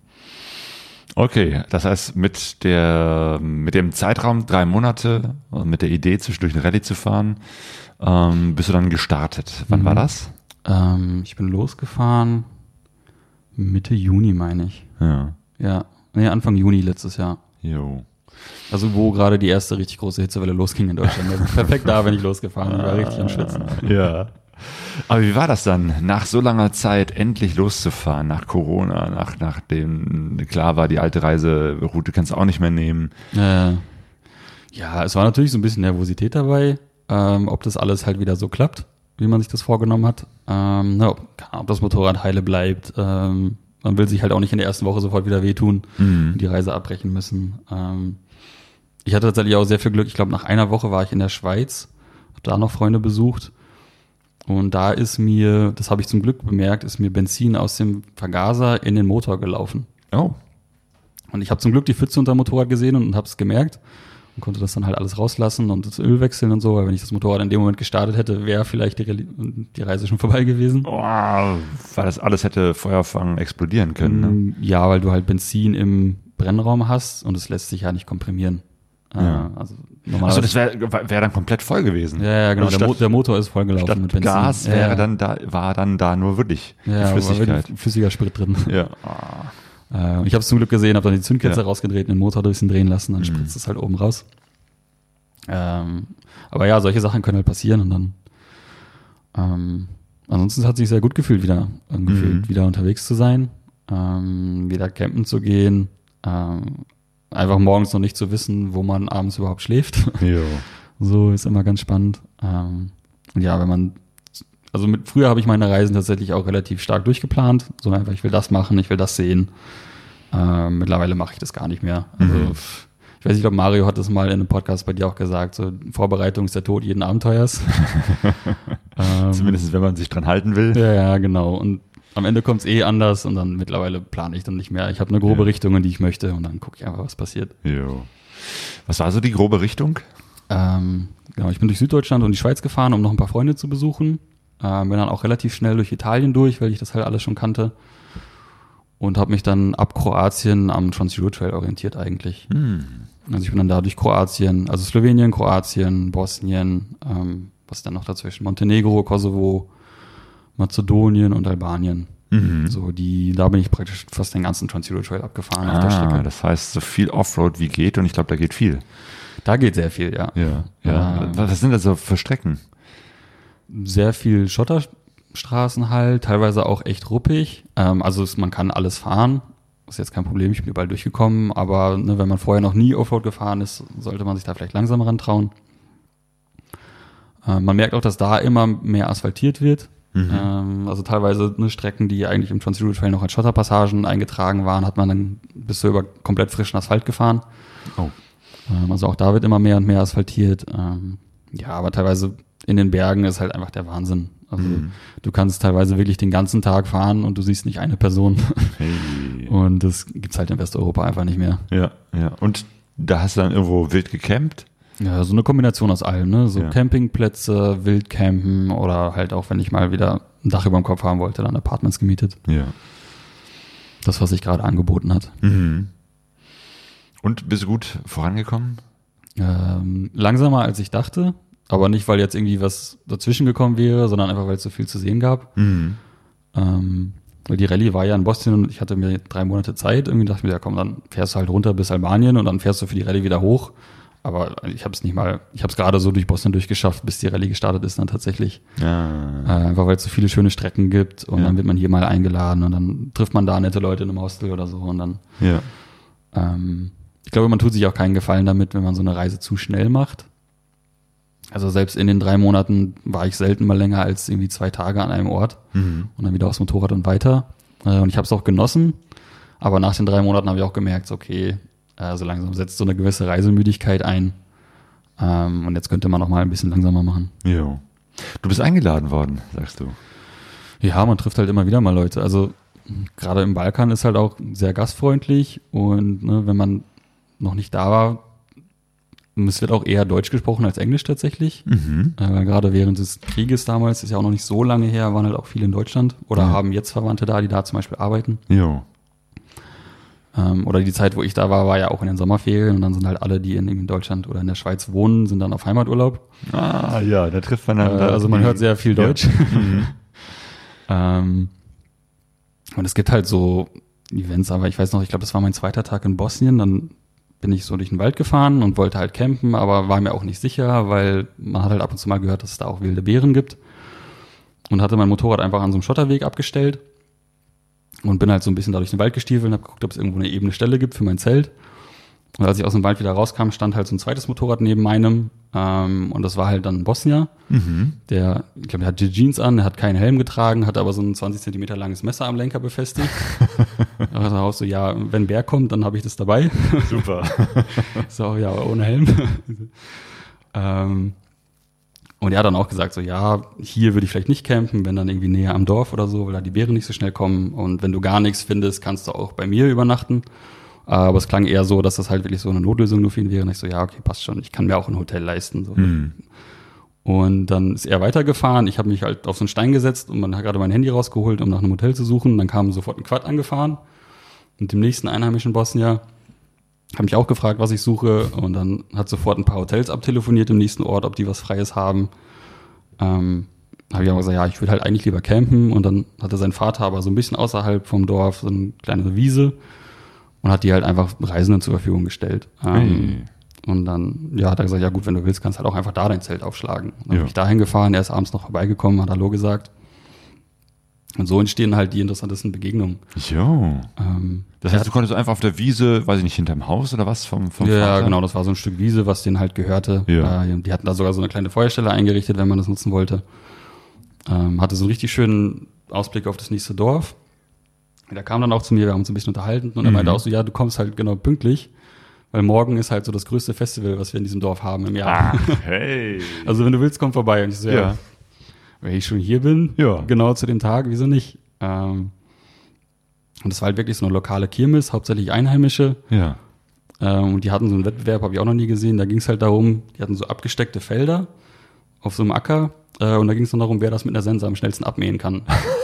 Okay, das heißt, mit der mit dem Zeitraum drei Monate und mit der Idee, zwischendurch eine Rallye zu fahren, ähm, bist du dann gestartet. Wann mhm. war das? Ähm, ich bin losgefahren Mitte Juni, meine ich. Ja. Ja, nee, Anfang Juni letztes Jahr. Jo. Also wo gerade die erste richtig große Hitzewelle losging in Deutschland. Also perfekt da, wenn ich losgefahren bin. Ich war richtig am Schwitzen. Ja. Aber wie war das dann, nach so langer Zeit endlich loszufahren, nach Corona, nach, nachdem klar war, die alte Reiseroute kannst du auch nicht mehr nehmen? Äh, ja, es war natürlich so ein bisschen Nervosität dabei, ähm, ob das alles halt wieder so klappt, wie man sich das vorgenommen hat. Ähm, na, ob, ob das Motorrad heile bleibt. Ähm, man will sich halt auch nicht in der ersten Woche sofort wieder wehtun mhm. und die Reise abbrechen müssen. Ähm, ich hatte tatsächlich auch sehr viel Glück. Ich glaube, nach einer Woche war ich in der Schweiz, habe da noch Freunde besucht. Und da ist mir, das habe ich zum Glück bemerkt, ist mir Benzin aus dem Vergaser in den Motor gelaufen. Oh. Und ich habe zum Glück die Pfütze unter dem Motorrad gesehen und habe es gemerkt und konnte das dann halt alles rauslassen und das Öl wechseln und so. Weil wenn ich das Motorrad in dem Moment gestartet hätte, wäre vielleicht die, Re- die Reise schon vorbei gewesen. Oh, weil das alles hätte Feuer fangen, explodieren können. Ne? Ja, weil du halt Benzin im Brennraum hast und es lässt sich ja nicht komprimieren. Ja. Also Achso, das wäre wär dann komplett voll gewesen. Ja, ja genau. Also der, Mo- der Motor ist vollgelaufen statt mit Benzin. Gas wäre ja. dann da, war dann da nur wirklich ja, die Flüssigkeit. War flüssiger Sprit drin. Ja. Äh, ich habe es zum Glück gesehen, habe dann die Zündkerze ja. rausgedreht, den Motor ein bisschen drehen lassen, dann mhm. spritzt es halt oben raus. Ähm, aber ja, solche Sachen können halt passieren und dann ähm, ansonsten hat es sich sehr gut gefühlt, wieder mhm. gefühlt, wieder unterwegs zu sein, ähm, wieder campen zu gehen, ähm, einfach morgens noch nicht zu wissen, wo man abends überhaupt schläft. Jo. So ist immer ganz spannend. Ähm, und ja, wenn man, also mit, früher habe ich meine Reisen tatsächlich auch relativ stark durchgeplant, so einfach, ich will das machen, ich will das sehen. Ähm, mittlerweile mache ich das gar nicht mehr. Also, mhm. ich weiß nicht, ich glaube, Mario hat das mal in einem Podcast bei dir auch gesagt, so Vorbereitung ist der Tod jeden Abenteuers. ähm, Zumindest, wenn man sich dran halten will. Ja, ja, genau. Und am Ende kommt es eh anders und dann mittlerweile plane ich dann nicht mehr. Ich habe eine grobe ja. Richtung, in die ich möchte und dann gucke ich einfach, was passiert. Jo. Was war so die grobe Richtung? Ähm, genau, ich bin durch Süddeutschland und die Schweiz gefahren, um noch ein paar Freunde zu besuchen. Ähm, bin dann auch relativ schnell durch Italien durch, weil ich das halt alles schon kannte. Und habe mich dann ab Kroatien am Trans-Euro-Trail orientiert eigentlich. Hm. Also ich bin dann da durch Kroatien, also Slowenien, Kroatien, Bosnien, ähm, was ist dann noch dazwischen? Montenegro, Kosovo, Mazedonien und Albanien. Mhm. So die, da bin ich praktisch fast den ganzen Trans-Euro-Trail abgefahren ah, auf der Strecke. Das heißt, so viel Offroad wie geht und ich glaube, da geht viel. Da geht sehr viel, ja. Ja, ja. Ähm, Was sind das so für Strecken? Sehr viel Schotterstraßen halt, teilweise auch echt ruppig. Ähm, also es, man kann alles fahren. Ist jetzt kein Problem, ich bin überall durchgekommen. Aber ne, wenn man vorher noch nie Offroad gefahren ist, sollte man sich da vielleicht langsamer rantrauen. Ähm, man merkt auch, dass da immer mehr asphaltiert wird. Mhm. Ähm, also teilweise ne, Strecken, die eigentlich im Trans-Europe Trail noch als Schotterpassagen eingetragen waren, hat man dann bis so über komplett frischen Asphalt gefahren. Oh. Ähm, also auch da wird immer mehr und mehr asphaltiert. Ähm, ja, aber teilweise in den Bergen ist halt einfach der Wahnsinn. Also mhm. du kannst teilweise wirklich den ganzen Tag fahren und du siehst nicht eine Person. Hey. Und das gibt's halt in Westeuropa einfach nicht mehr. Ja, ja. Und da hast du dann irgendwo wild gecampt? Ja, so eine Kombination aus allem, ne? So ja. Campingplätze, Wildcampen oder halt auch, wenn ich mal wieder ein Dach über dem Kopf haben wollte, dann Apartments gemietet. Ja. Das, was sich gerade angeboten hat. Mhm. Und bist du gut vorangekommen? Ähm, langsamer als ich dachte, aber nicht, weil jetzt irgendwie was dazwischen gekommen wäre, sondern einfach, weil es so viel zu sehen gab. Mhm. Ähm, weil die Rallye war ja in Bosnien und ich hatte mir drei Monate Zeit. Irgendwie dachte ich mir, ja komm, dann fährst du halt runter bis Albanien und dann fährst du für die Rallye wieder hoch. Aber ich habe es nicht mal, ich habe es gerade so durch Bosnien durchgeschafft, bis die Rallye gestartet ist dann tatsächlich. Ja. Äh, einfach weil es so viele schöne Strecken gibt und ja. dann wird man hier mal eingeladen und dann trifft man da nette Leute in einem Hostel oder so und dann ja. ähm, ich glaube, man tut sich auch keinen Gefallen damit, wenn man so eine Reise zu schnell macht. Also selbst in den drei Monaten war ich selten mal länger als irgendwie zwei Tage an einem Ort mhm. und dann wieder aufs Motorrad und weiter. Äh, und ich habe es auch genossen, aber nach den drei Monaten habe ich auch gemerkt, okay, äh, so langsam setzt so eine gewisse Reisemüdigkeit ein ähm, und jetzt könnte man noch mal ein bisschen langsamer machen. Jo. Du bist eingeladen worden, sagst du. Ja, man trifft halt immer wieder mal Leute. Also gerade im Balkan ist halt auch sehr gastfreundlich und ne, wenn man noch nicht da war, es wird auch eher Deutsch gesprochen als Englisch tatsächlich. Mhm. Äh, gerade während des Krieges damals, ist ja auch noch nicht so lange her, waren halt auch viele in Deutschland oder ja. haben jetzt Verwandte da, die da zum Beispiel arbeiten. Jo. Ähm, oder die Zeit, wo ich da war, war ja auch in den Sommerferien und dann sind halt alle, die in, in Deutschland oder in der Schweiz wohnen, sind dann auf Heimaturlaub. Ah ja, da trifft man dann. Äh, also man hört sehr viel Deutsch. Ja. Mhm. ähm, und es gibt halt so Events, aber ich weiß noch, ich glaube, das war mein zweiter Tag in Bosnien, dann bin ich so durch den Wald gefahren und wollte halt campen, aber war mir auch nicht sicher, weil man hat halt ab und zu mal gehört, dass es da auch wilde Bären gibt und hatte mein Motorrad einfach an so einem Schotterweg abgestellt und bin halt so ein bisschen da durch den Wald gestiefelt und habe geguckt, ob es irgendwo eine ebene Stelle gibt für mein Zelt. Und als ich aus dem Wald wieder rauskam, stand halt so ein zweites Motorrad neben meinem ähm, und das war halt dann ein Bosnier. Mhm. Der, ich glaube, der hat Jeans an, der hat keinen Helm getragen, hat aber so ein zwanzig Zentimeter langes Messer am Lenker befestigt. Da war auch so, ja, wenn ein Bär kommt, dann habe ich das dabei. Super. So, ja, aber ohne Helm. ähm, und er hat dann auch gesagt, so, ja, hier würde ich vielleicht nicht campen, wenn dann irgendwie näher am Dorf oder so, weil da die Bären nicht so schnell kommen. Und wenn du gar nichts findest, kannst du auch bei mir übernachten. Aber es klang eher so, dass das halt wirklich so eine Notlösung nur für ihn wäre. Und ich so, ja, okay, passt schon. Ich kann mir auch ein Hotel leisten. So. Mhm. Und dann ist er weitergefahren. Ich habe mich halt auf so einen Stein gesetzt und man hat gerade mein Handy rausgeholt, um nach einem Hotel zu suchen. Dann kam sofort ein Quad angefahren. Und dem nächsten einheimischen Bosnier habe mich auch gefragt, was ich suche. Und dann hat sofort ein paar Hotels abtelefoniert im nächsten Ort, ob die was Freies haben. Ähm, habe ich auch gesagt, ja, ich würde halt eigentlich lieber campen. Und dann hatte sein Vater aber so ein bisschen außerhalb vom Dorf so eine kleine Wiese. Und hat die halt einfach Reisenden zur Verfügung gestellt. Hey. Ähm, und dann ja, hat er gesagt, ja gut, wenn du willst, kannst du halt auch einfach da dein Zelt aufschlagen. Und dann ja. bin ich dahin gefahren, er ist abends noch vorbeigekommen, hat Hallo gesagt. Und so entstehen halt die interessantesten Begegnungen. Jo. Ähm, das heißt, du konntest einfach auf der Wiese, weiß ich nicht, hinterm Haus oder was vom, vom Ja, Vater? genau, das war so ein Stück Wiese, was denen halt gehörte. Ja. Äh, die hatten da sogar so eine kleine Feuerstelle eingerichtet, wenn man das nutzen wollte. Ähm, hatte so einen richtig schönen Ausblick auf das nächste Dorf. Der kam dann auch zu mir, wir haben uns ein bisschen unterhalten und er Mhm. meinte auch so, ja, du kommst halt genau pünktlich, weil morgen ist halt so das größte Festival, was wir in diesem Dorf haben im Jahr. Ah, hey. Also wenn du willst, komm vorbei. Und ich so, ja, Ja. wenn ich schon hier bin, Ja. genau zu dem Tag, wieso nicht? Ähm, und das war halt wirklich so eine lokale Kirmes, hauptsächlich Einheimische. Ja. Ähm, und die hatten so einen Wettbewerb, habe ich auch noch nie gesehen, da ging es halt darum, die hatten so abgesteckte Felder auf so einem Acker. Äh, und da ging es dann darum, wer das mit einer Sense am schnellsten abmähen kann.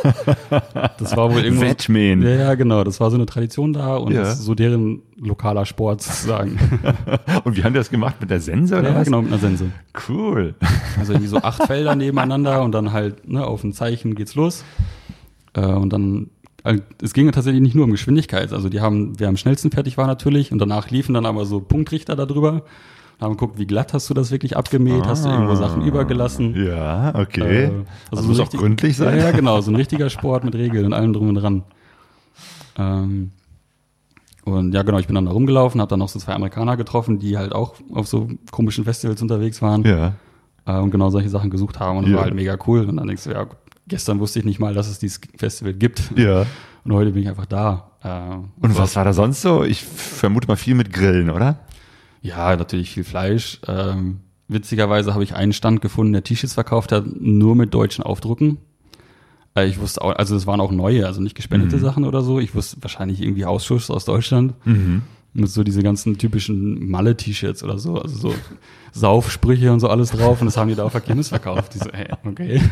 Das war wohl irgendwo. Wettmähen. Ja, ja, genau. Das war so eine Tradition da und Ja. das ist so deren lokaler Sport sozusagen. Und wie haben die das gemacht? Mit der Sense oder Ja, was? genau, mit einer Sense. Cool. Also irgendwie so acht Felder nebeneinander und dann halt ne, auf ein Zeichen geht's los. Äh, und dann, also, es ging ja tatsächlich nicht nur um Geschwindigkeit. Also die haben, wer am schnellsten fertig war natürlich und danach liefen dann aber so Punktrichter da drüber. haben geguckt, wie glatt hast du das wirklich abgemäht, ah, hast du irgendwo Sachen übergelassen. Ja, okay. Äh, also, also muss richtig, auch gründlich sein. Ja, ja, genau, so ein richtiger Sport mit Regeln und allem drum und dran. Ähm, und ja, genau, ich bin dann da rumgelaufen, habe dann noch so zwei Amerikaner getroffen, die halt auch auf so komischen Festivals unterwegs waren. Ja. Äh, und genau solche Sachen gesucht haben und das ja. war halt mega cool. Und dann denkst du, ja, gestern wusste ich nicht mal, dass es dieses Festival gibt. Ja. Und heute bin ich einfach da. Äh, und und was war da sonst so? Ich vermute mal viel mit Grillen, oder? Ja, natürlich viel Fleisch. Ähm, witzigerweise habe ich einen Stand gefunden, der T-Shirts verkauft hat, nur mit deutschen Aufdrucken. Äh, ich wusste auch, also es waren auch neue, also nicht gespendete mhm. Sachen oder so. Ich wusste wahrscheinlich irgendwie Ausschuss aus Deutschland. Mhm. Mit so diese ganzen typischen Malle-T-Shirts oder so, also so Saufsprüche und so alles drauf. Und das haben die da auf der Kirmes verkauft. Die so, hey, okay.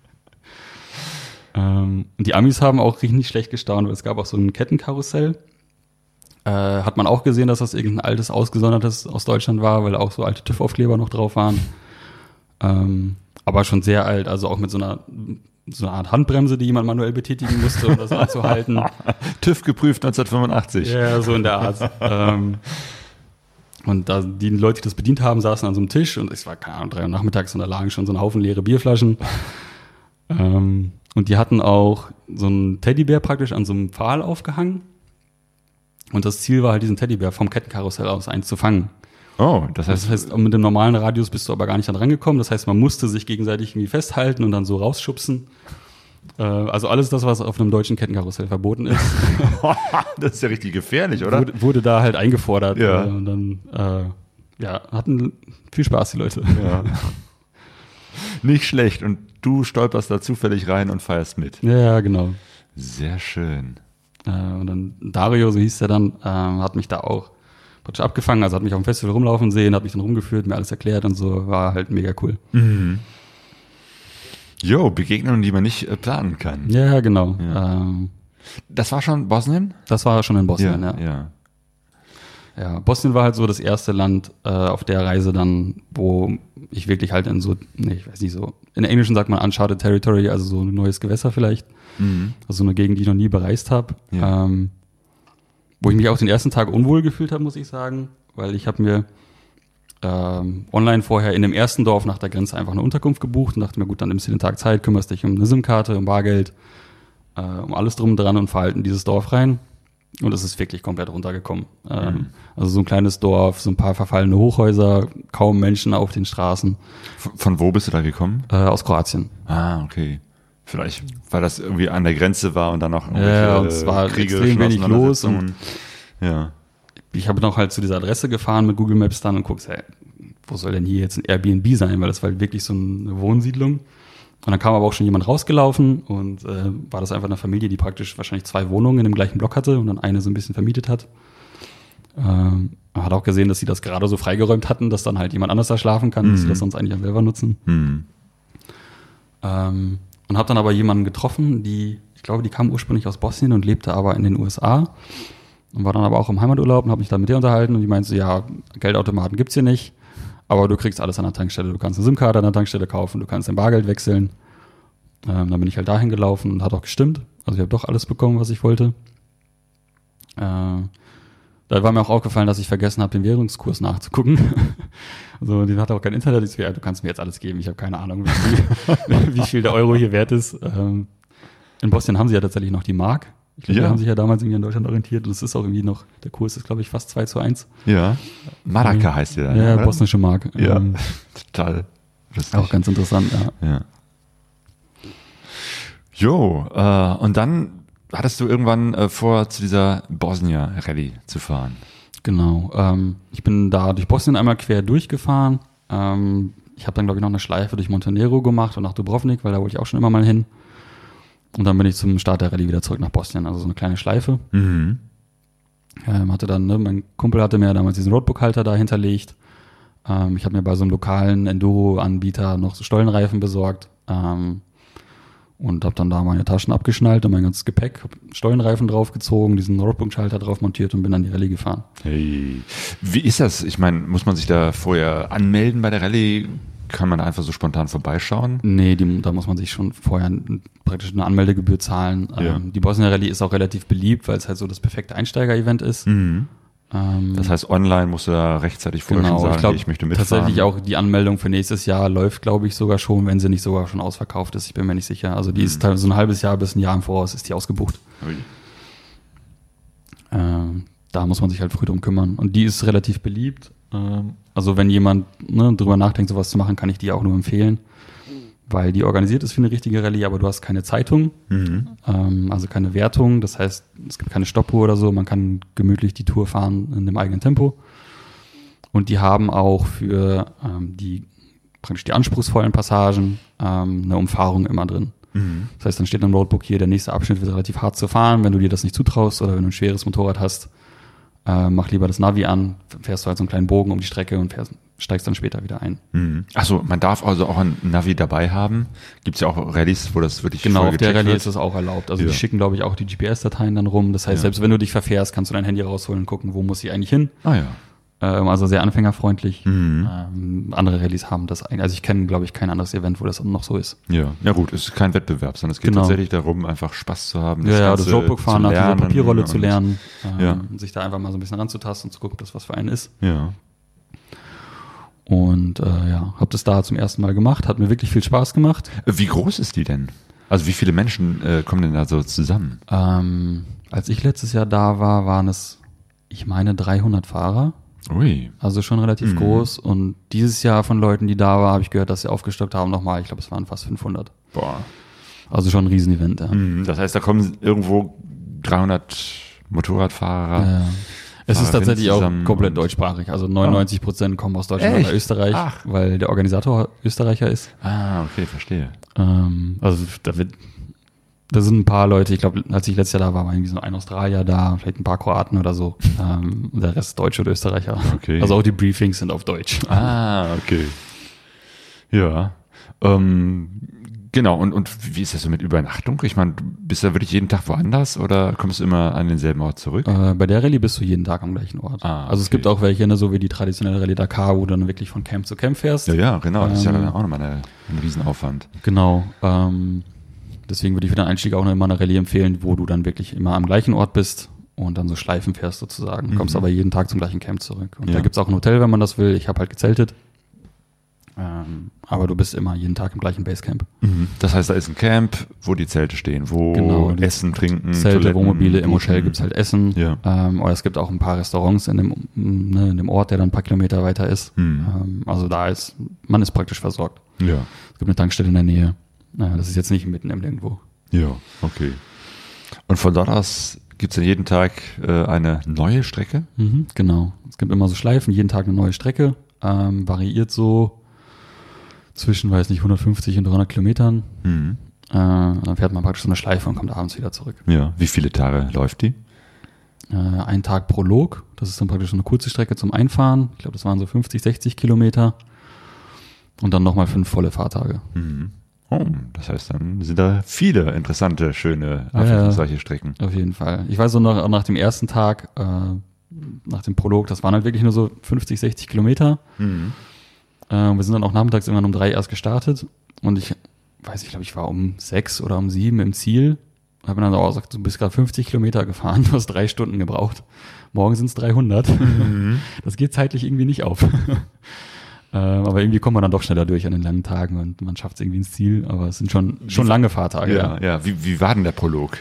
ähm, und die Amis haben auch richtig schlecht gestaunt, weil es gab auch so ein Kettenkarussell. Äh, hat man auch gesehen, dass das irgendein altes, ausgesondertes aus Deutschland war, weil auch so alte TÜV-Aufkleber noch drauf waren. Ähm, aber schon sehr alt, also auch mit so einer, so einer Art Handbremse, die jemand manuell betätigen musste, um das anzuhalten. TÜV geprüft neunzehnhundertfünfundachtzig. Ja, so in der Art. ähm, und da die Leute, die das bedient haben, saßen an so einem Tisch und es war, keine Ahnung, drei Uhr nachmittags und da lagen schon so ein Haufen leere Bierflaschen. ähm, und die hatten auch so einen Teddybär praktisch an so einem Pfahl aufgehangen. Und das Ziel war halt, diesen Teddybär vom Kettenkarussell aus einzufangen. Oh, das heißt, das heißt, mit dem normalen Radius bist du aber gar nicht da dran gekommen. Das heißt, man musste sich gegenseitig irgendwie festhalten und dann so rausschubsen. Äh, also alles das, was auf einem deutschen Kettenkarussell verboten ist. Das ist ja richtig gefährlich, oder? Wurde, wurde da halt eingefordert. Ja. Äh, und dann, äh, ja, hatten viel Spaß, die Leute. Ja. Nicht schlecht. Und du stolperst da zufällig rein und feierst mit. Ja, genau. Sehr schön. Äh, und dann Dario, so hieß der dann, äh, hat mich da auch praktisch abgefangen, also hat mich auf dem Festival rumlaufen sehen, hat mich dann rumgeführt, mir alles erklärt und so, war halt mega cool. Mhm. Jo, Begegnungen, die man nicht äh, planen kann. Ja, genau. Ja. Ähm, das war schon Bosnien? Das war schon in Bosnien, ja. Ja, ja. ja Bosnien war halt so das erste Land äh, auf der Reise dann, wo ich wirklich halt in so, nee, ich weiß nicht so, in der Englischen sagt man Uncharted Territory, also so ein neues Gewässer vielleicht. Mhm. Also so eine Gegend, die ich noch nie bereist habe. Ja. Ähm, wo ich mich auch den ersten Tag unwohl gefühlt habe, muss ich sagen, weil ich habe mir ähm, online vorher in dem ersten Dorf nach der Grenze einfach eine Unterkunft gebucht und dachte mir, gut, dann nimmst du den Tag Zeit, kümmerst dich um eine SIM-Karte, um Bargeld, äh, um alles drum und dran und fahr halt in dieses Dorf rein. Und es ist wirklich komplett runtergekommen. Mhm. Ähm, also so ein kleines Dorf, so ein paar verfallene Hochhäuser, kaum Menschen auf den Straßen. Von, von wo bist du da gekommen? Äh, aus Kroatien. Ah, okay. Vielleicht, weil das irgendwie an der Grenze war und dann noch irgendwelche ja, und es war Kriege, extrem wenig los. Und ja. Ich habe noch halt zu dieser Adresse gefahren mit Google Maps dann und guckst, hey, wo soll denn hier jetzt ein Airbnb sein? Weil das war halt wirklich so eine Wohnsiedlung. Und dann kam aber auch schon jemand rausgelaufen und äh, war das einfach eine Familie, die praktisch wahrscheinlich zwei Wohnungen in dem gleichen Block hatte und dann eine so ein bisschen vermietet hat. Ähm, man hat auch gesehen, dass sie das gerade so freigeräumt hatten, dass dann halt jemand anders da schlafen kann, mhm. dass sie das sonst eigentlich auch selber nutzen. Mhm. Ähm, und habe dann aber jemanden getroffen, die, ich glaube, die kam ursprünglich aus Bosnien und lebte aber in den U S A und war dann aber auch im Heimaturlaub und habe mich dann mit der unterhalten und die meinte so, ja, Geldautomaten gibt's hier nicht, aber du kriegst alles an der Tankstelle. Du kannst eine SIM-Karte an der Tankstelle kaufen, du kannst dein Bargeld wechseln. Ähm, dann bin ich halt dahin gelaufen und hat auch gestimmt. Also ich habe doch alles bekommen, was ich wollte. Äh, da war mir auch aufgefallen, dass ich vergessen habe, den Währungskurs nachzugucken. Also die hatte auch kein Internet. Ich so, ja, du kannst mir jetzt alles geben. Ich habe keine Ahnung, wie viel, wie viel der Euro hier wert ist. Ähm, in Bosnien haben sie ja tatsächlich noch die Mark. Ich glaube, ja. die haben sich ja damals irgendwie an Deutschland orientiert. Und es ist auch irgendwie noch, der Kurs ist, glaube ich, fast zwei zu eins. Ja. Maraka heißt die dann. Ja, oder? Bosnische Mark. Ja, ähm, total. Lustig. Auch ganz interessant, ja. Ja. Jo, äh, und dann hattest du irgendwann äh, vor, zu dieser Bosnia-Rallye zu fahren. Genau. Ähm, ich bin da durch Bosnien einmal quer durchgefahren. Ähm, ich habe dann, glaube ich, noch eine Schleife durch Montenegro gemacht und nach Dubrovnik, weil da wollte ich auch schon immer mal hin. Und dann bin ich zum Start der Rallye wieder zurück nach Bosnien, also so eine kleine Schleife. Mhm. Ähm, hatte dann, ne, mein Kumpel hatte mir damals diesen Roadbook-Halter da hinterlegt. Ähm, ich habe mir bei so einem lokalen Enduro-Anbieter noch so Stollenreifen besorgt. Ähm, Und habe dann da meine Taschen abgeschnallt und mein ganzes Gepäck, habe Stollenreifen draufgezogen, diesen Roadbook-Schalter drauf montiert und bin dann die Rallye gefahren. Hey, wie ist das? Ich meine, muss man sich da vorher anmelden bei der Rallye? Kann man da einfach so spontan vorbeischauen? Nee, die, da muss man sich schon vorher praktisch eine Anmeldegebühr zahlen. Ja. Ähm, die Bosnia Rallye ist auch relativ beliebt, weil es halt so das perfekte Einsteiger-Event ist. Mhm. Ähm, Das heißt, online musst du da rechtzeitig vorher genau, schon sagen, ich, glaub, ich möchte mitfahren. tatsächlich auch die Anmeldung für nächstes Jahr läuft, glaube ich, sogar schon, wenn sie nicht sogar schon ausverkauft ist. Ich bin mir nicht sicher. Also die Mhm. ist teilweise so ein halbes Jahr bis ein Jahr im Voraus ist die ausgebucht. Ui. Ähm, da muss man sich halt früh drum kümmern. Und die ist relativ beliebt. Ähm, also wenn jemand ne, drüber nachdenkt, sowas zu machen, kann ich die auch nur empfehlen. Weil die organisiert ist für eine richtige Rallye, aber du hast keine Zeitung, Mhm. ähm, also keine Wertung. Das heißt, es gibt keine Stoppuhr oder so. Man kann gemütlich die Tour fahren in dem eigenen Tempo. Und die haben auch für ähm, die praktisch die anspruchsvollen Passagen ähm, eine Umfahrung immer drin. Mhm. Das heißt, dann steht im Roadbook hier, der nächste Abschnitt wird relativ hart zu fahren. Wenn du dir das nicht zutraust oder wenn du ein schweres Motorrad hast, äh, mach lieber das Navi an, fährst du halt so einen kleinen Bogen um die Strecke und fährst, steigst dann später wieder ein. Mhm. Achso, man darf also auch ein Navi dabei haben. Gibt es ja auch Rallyes, wo das wirklich Genau, voll auf der gecheckt Rallye wird. ist das auch erlaubt. Also Ja. die schicken, glaube ich, auch die G P S-Dateien dann rum. Das heißt, Ja. selbst wenn du dich verfährst, kannst du dein Handy rausholen und gucken, wo muss ich eigentlich hin. Ah ja. Ähm, also sehr anfängerfreundlich. Mhm. Ähm, andere Rallyes haben das eigentlich. Also ich kenne, glaube ich, kein anderes Event, wo das noch so ist. Ja, ja gut, es ist kein Wettbewerb, sondern es geht Genau. tatsächlich darum, einfach Spaß zu haben. Ja, ja, das Ganze Roadbook fahren, zu nach dieser lernen Papierrolle zu und- lernen, ähm, Ja. sich da einfach mal so ein bisschen ranzutasten und zu gucken, ob das was für einen ist. Ja. Und äh, ja, habe das da zum ersten Mal gemacht, hat mir wirklich viel Spaß gemacht. Wie groß ist die denn? Also wie viele Menschen äh, kommen denn da so zusammen? Ähm, als ich letztes Jahr da war, waren es, ich meine, dreihundert Fahrer. Ui. Also schon relativ Mhm. groß. Und dieses Jahr von Leuten, die da waren, habe ich gehört, dass sie aufgestockt haben nochmal. Ich glaube, es waren fast fünfhundert. Boah. Also schon ein Riesenevent. Ja. Mhm. Das heißt, da kommen irgendwo dreihundert Motorradfahrer. Äh, es ist Fahrerinnen tatsächlich auch zusammen komplett und- deutschsprachig. Also neunundneunzig Prozent kommen aus Deutschland Echt? oder Österreich, Ach. weil der Organisator Österreicher ist. Ah, okay, verstehe. Ähm, also da wird, da sind ein paar Leute, ich glaube, als ich letztes Jahr da war, war irgendwie so ein Australier da, vielleicht ein paar Kroaten oder so. Ähm, und der Rest Deutsche oder Österreicher. Okay. Also auch die Briefings sind auf Deutsch. Ah, okay. Ja. Ähm, genau, und, und wie ist das so mit Übernachtung? Ich meine, du bist da wirklich jeden Tag woanders oder kommst du immer an denselben Ort zurück? Äh, bei der Rallye bist du jeden Tag am gleichen Ort. Ah, Also es okay. gibt auch welche, ne, so wie die traditionelle Rallye Dakar, wo du dann wirklich von Camp zu Camp fährst. Ja, ja, genau. Das ist ja Ähm, dann auch nochmal eine, ein Riesenaufwand. Genau. Ähm, deswegen würde ich für den Einstieg auch noch immer eine Rallye empfehlen, wo du dann wirklich immer am gleichen Ort bist und dann so Schleifen fährst sozusagen. Mhm. Kommst aber jeden Tag zum gleichen Camp zurück. Und Ja. da gibt's auch ein Hotel, wenn man das will. Ich habe halt gezeltet. Ähm, aber du bist immer jeden Tag im gleichen Basecamp. Mhm. Das heißt, da ist ein Camp, wo die Zelte stehen, wo Genau, die Essen, Trinken, Zelte, Toiletten, Wohnmobile, im Duschen. Hotel gibt's halt Essen. Ja. Ähm, oder es gibt auch ein paar Restaurants in dem, ne, in dem Ort, der dann ein paar Kilometer weiter ist. Mhm. Ähm, also da ist, man ist praktisch versorgt. Ja, Es gibt eine Tankstelle in der Nähe. Äh, das ist jetzt nicht mitten im Nirgendwo. ja, okay. Und von dort aus gibt es dann jeden Tag äh, eine neue Strecke? Mhm, genau. Es gibt immer so Schleifen, jeden Tag eine neue Strecke. Ähm, variiert so zwischen, weiß nicht, hundertfünfzig und dreihundert Kilometern. Mhm. Äh, dann fährt man praktisch so eine Schleife und kommt abends wieder zurück. Ja. Wie viele Tage läuft die? Äh, ein Tag Prolog. Das ist dann praktisch so eine kurze Strecke zum Einfahren. Ich glaube, das waren so fünfzig, sechzig Kilometer. Und dann nochmal fünf volle Fahrtage. Mhm. Oh, das heißt, dann sind da viele interessante, schöne, Ja, abwechslungsreiche Strecken. Auf jeden Fall. Ich weiß so noch, nach dem ersten Tag, äh, nach dem Prolog, das waren halt wirklich nur so fünfzig, sechzig Kilometer. Mhm. Äh, wir sind dann auch nachmittags irgendwann um drei erst gestartet. Und ich weiß, ich glaube, ich war um sechs oder um sieben im Ziel. Habe mir dann auch gesagt, du bist gerade fünfzig Kilometer gefahren, du hast drei Stunden gebraucht. Morgen sind es dreihundert. Mhm. Das geht zeitlich irgendwie nicht auf. ähm, aber irgendwie kommt man dann doch schneller durch an den langen Tagen und man schafft es irgendwie ins Ziel. Aber es sind schon, schon lange Fahrtage. Ja, ja. Wie, wie war denn der Prolog?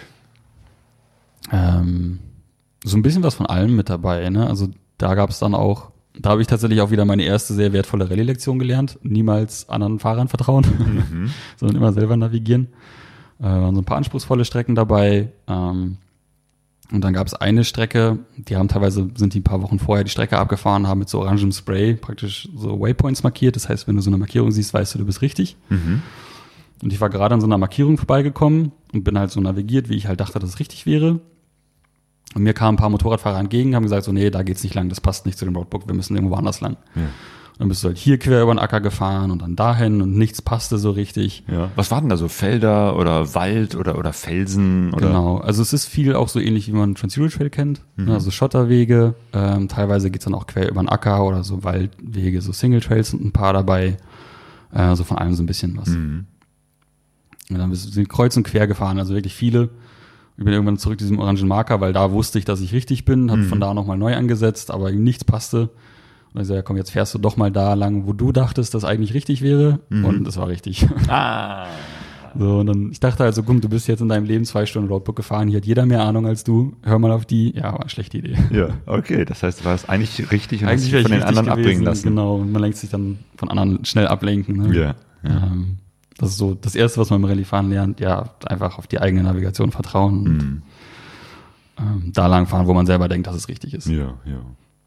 Ähm, so ein bisschen was von allem mit dabei. Ne? Also da gab es dann auch, da habe ich tatsächlich auch wieder meine erste sehr wertvolle Rallye-Lektion gelernt. Niemals anderen Fahrern vertrauen, Mhm. sondern immer selber navigieren. Äh, waren so ein paar anspruchsvolle Strecken dabei. Ähm, und dann gab es eine Strecke, die haben teilweise, sind die ein paar Wochen vorher die Strecke abgefahren, haben mit so orangem Spray praktisch so Waypoints markiert. Das heißt, wenn du so eine Markierung siehst, weißt du, du bist richtig. Mhm. Und ich war gerade an so einer Markierung vorbeigekommen und bin halt so navigiert, wie ich halt dachte, dass es richtig wäre. Und mir kamen ein paar Motorradfahrer entgegen, haben gesagt so, nee, da geht's nicht lang, das passt nicht zu dem Roadbook, wir müssen irgendwo anders lang. Ja. Und dann bist du halt hier quer über den Acker gefahren und dann dahin und nichts passte so richtig. Ja. Was waren da so? Felder oder Wald oder, oder Felsen? Oder? Genau, also es ist viel auch so ähnlich, wie man Trans-Euro Trail kennt, Mhm. also Schotterwege, ähm, teilweise geht's dann auch quer über den Acker oder so Waldwege, so Single Trails sind ein paar dabei, äh, so von allem so ein bisschen was. Mhm. Und dann sind wir kreuz und quer gefahren, also wirklich viele. Ich bin irgendwann zurück zu diesem orangen Marker, weil da wusste ich, dass ich richtig bin, habe Mhm. von da nochmal neu angesetzt, aber nichts passte. Und ich so, ja komm, jetzt fährst du doch mal da lang, wo du dachtest, dass eigentlich richtig wäre. Mhm. Und das war richtig. Ah. So, und dann, ich dachte also, komm, du bist jetzt in deinem Leben zwei Stunden Roadbook gefahren, hier hat jeder mehr Ahnung als du, hör mal auf die. Ja, war eine schlechte Idee. Ja, okay. Das heißt, du warst eigentlich richtig und Eigentlich hast wäre dich von ich den richtig anderen gewesen, abbringen lassen. Genau, und man lenkt sich dann von anderen schnell ablenken. Ne? Ja. ja. Ähm, das ist so das Erste, was man im Rallye-Fahren lernt, ja, einfach auf die eigene Navigation vertrauen und Mhm. ähm, da lang fahren, wo man selber denkt, dass es richtig ist. Ja, ja.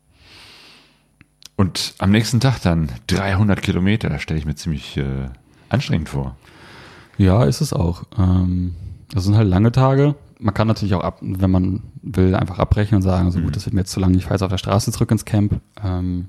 Und am nächsten Tag dann dreihundert Kilometer, das stelle ich mir ziemlich äh, anstrengend vor. Ja, ist es auch. Ähm, das sind halt lange Tage. Man kann natürlich auch, ab, wenn man will, einfach abbrechen und sagen, so Mhm. gut, das wird mir jetzt zu lang, ich fahre jetzt auf der Straße zurück ins Camp. Ähm,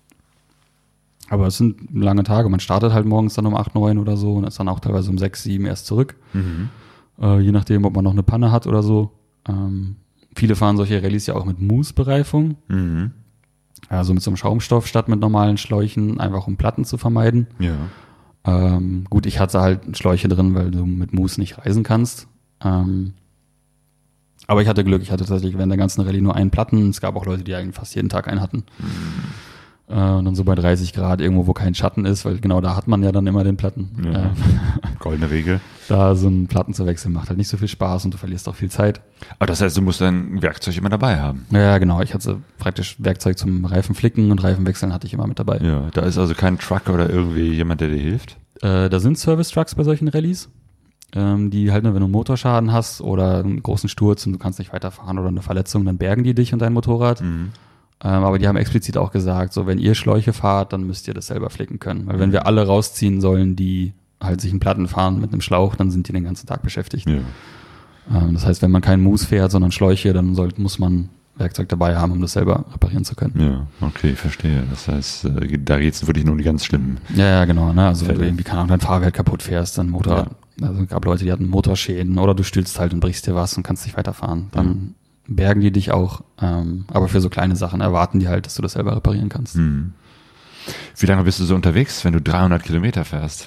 aber es sind lange Tage. Man startet halt morgens dann um acht, neun oder so und ist dann auch teilweise um sechs, sieben erst zurück. Mhm. Äh, je nachdem, ob man noch eine Panne hat oder so. Ähm, viele fahren solche Rallyes ja auch mit Mousse-Bereifung. Mhm. Also mit so einem Schaumstoff statt mit normalen Schläuchen, einfach um Platten zu vermeiden. Ja. Ähm, gut, ich hatte halt Schläuche drin, weil du mit Mousse nicht reisen kannst. Ähm, aber ich hatte Glück, ich hatte tatsächlich während der ganzen Rallye nur einen Platten. Es gab auch Leute, die eigentlich fast jeden Tag einen hatten. Mhm. Äh, und dann so bei dreißig Grad irgendwo, wo kein Schatten ist, weil genau da hat man ja dann immer den Platten. Ja. Äh, Goldene Regel. da so einen Platten zu wechseln macht halt nicht so viel Spaß und du verlierst auch viel Zeit. Aber das heißt, du musst dein Werkzeug immer dabei haben. Ja, genau. Ich hatte praktisch Werkzeug zum Reifenflicken und Reifenwechseln hatte ich immer mit dabei. Ja, da ist also kein Trucker oder irgendwie jemand, der dir hilft. Äh, da sind Service-Trucks bei solchen Rallyes, ähm, die halt, ne, wenn du einen Motorschaden hast oder einen großen Sturz und du kannst nicht weiterfahren oder eine Verletzung, dann bergen die dich und dein Motorrad. Mhm. Ähm, aber die haben explizit auch gesagt, so wenn ihr Schläuche fahrt, dann müsst ihr das selber flicken können. Weil wenn wir alle rausziehen sollen, die halt sich einen Platten fahren mit einem Schlauch, dann sind die den ganzen Tag beschäftigt. Ja. Ähm, das heißt, wenn man keinen Mousse fährt, sondern Schläuche, dann soll, muss man Werkzeug dabei haben, um das selber reparieren zu können. Ja, okay, verstehe. Das heißt, äh, da geht es wirklich nur um die ganz schlimmen. Ja, ja, genau. Ne? Also wenn Fälle. du irgendwie, keine Ahnung, dein Fahrwerk kaputt fährst, dein Motor, also es gab Leute, die hatten Motorschäden oder du stürzt halt und brichst dir was und kannst nicht weiterfahren. Dann bergen die dich auch. Ähm, aber für so kleine Sachen erwarten die halt, dass du das selber reparieren kannst. Hm. Wie lange bist du so unterwegs, wenn du dreihundert Kilometer fährst?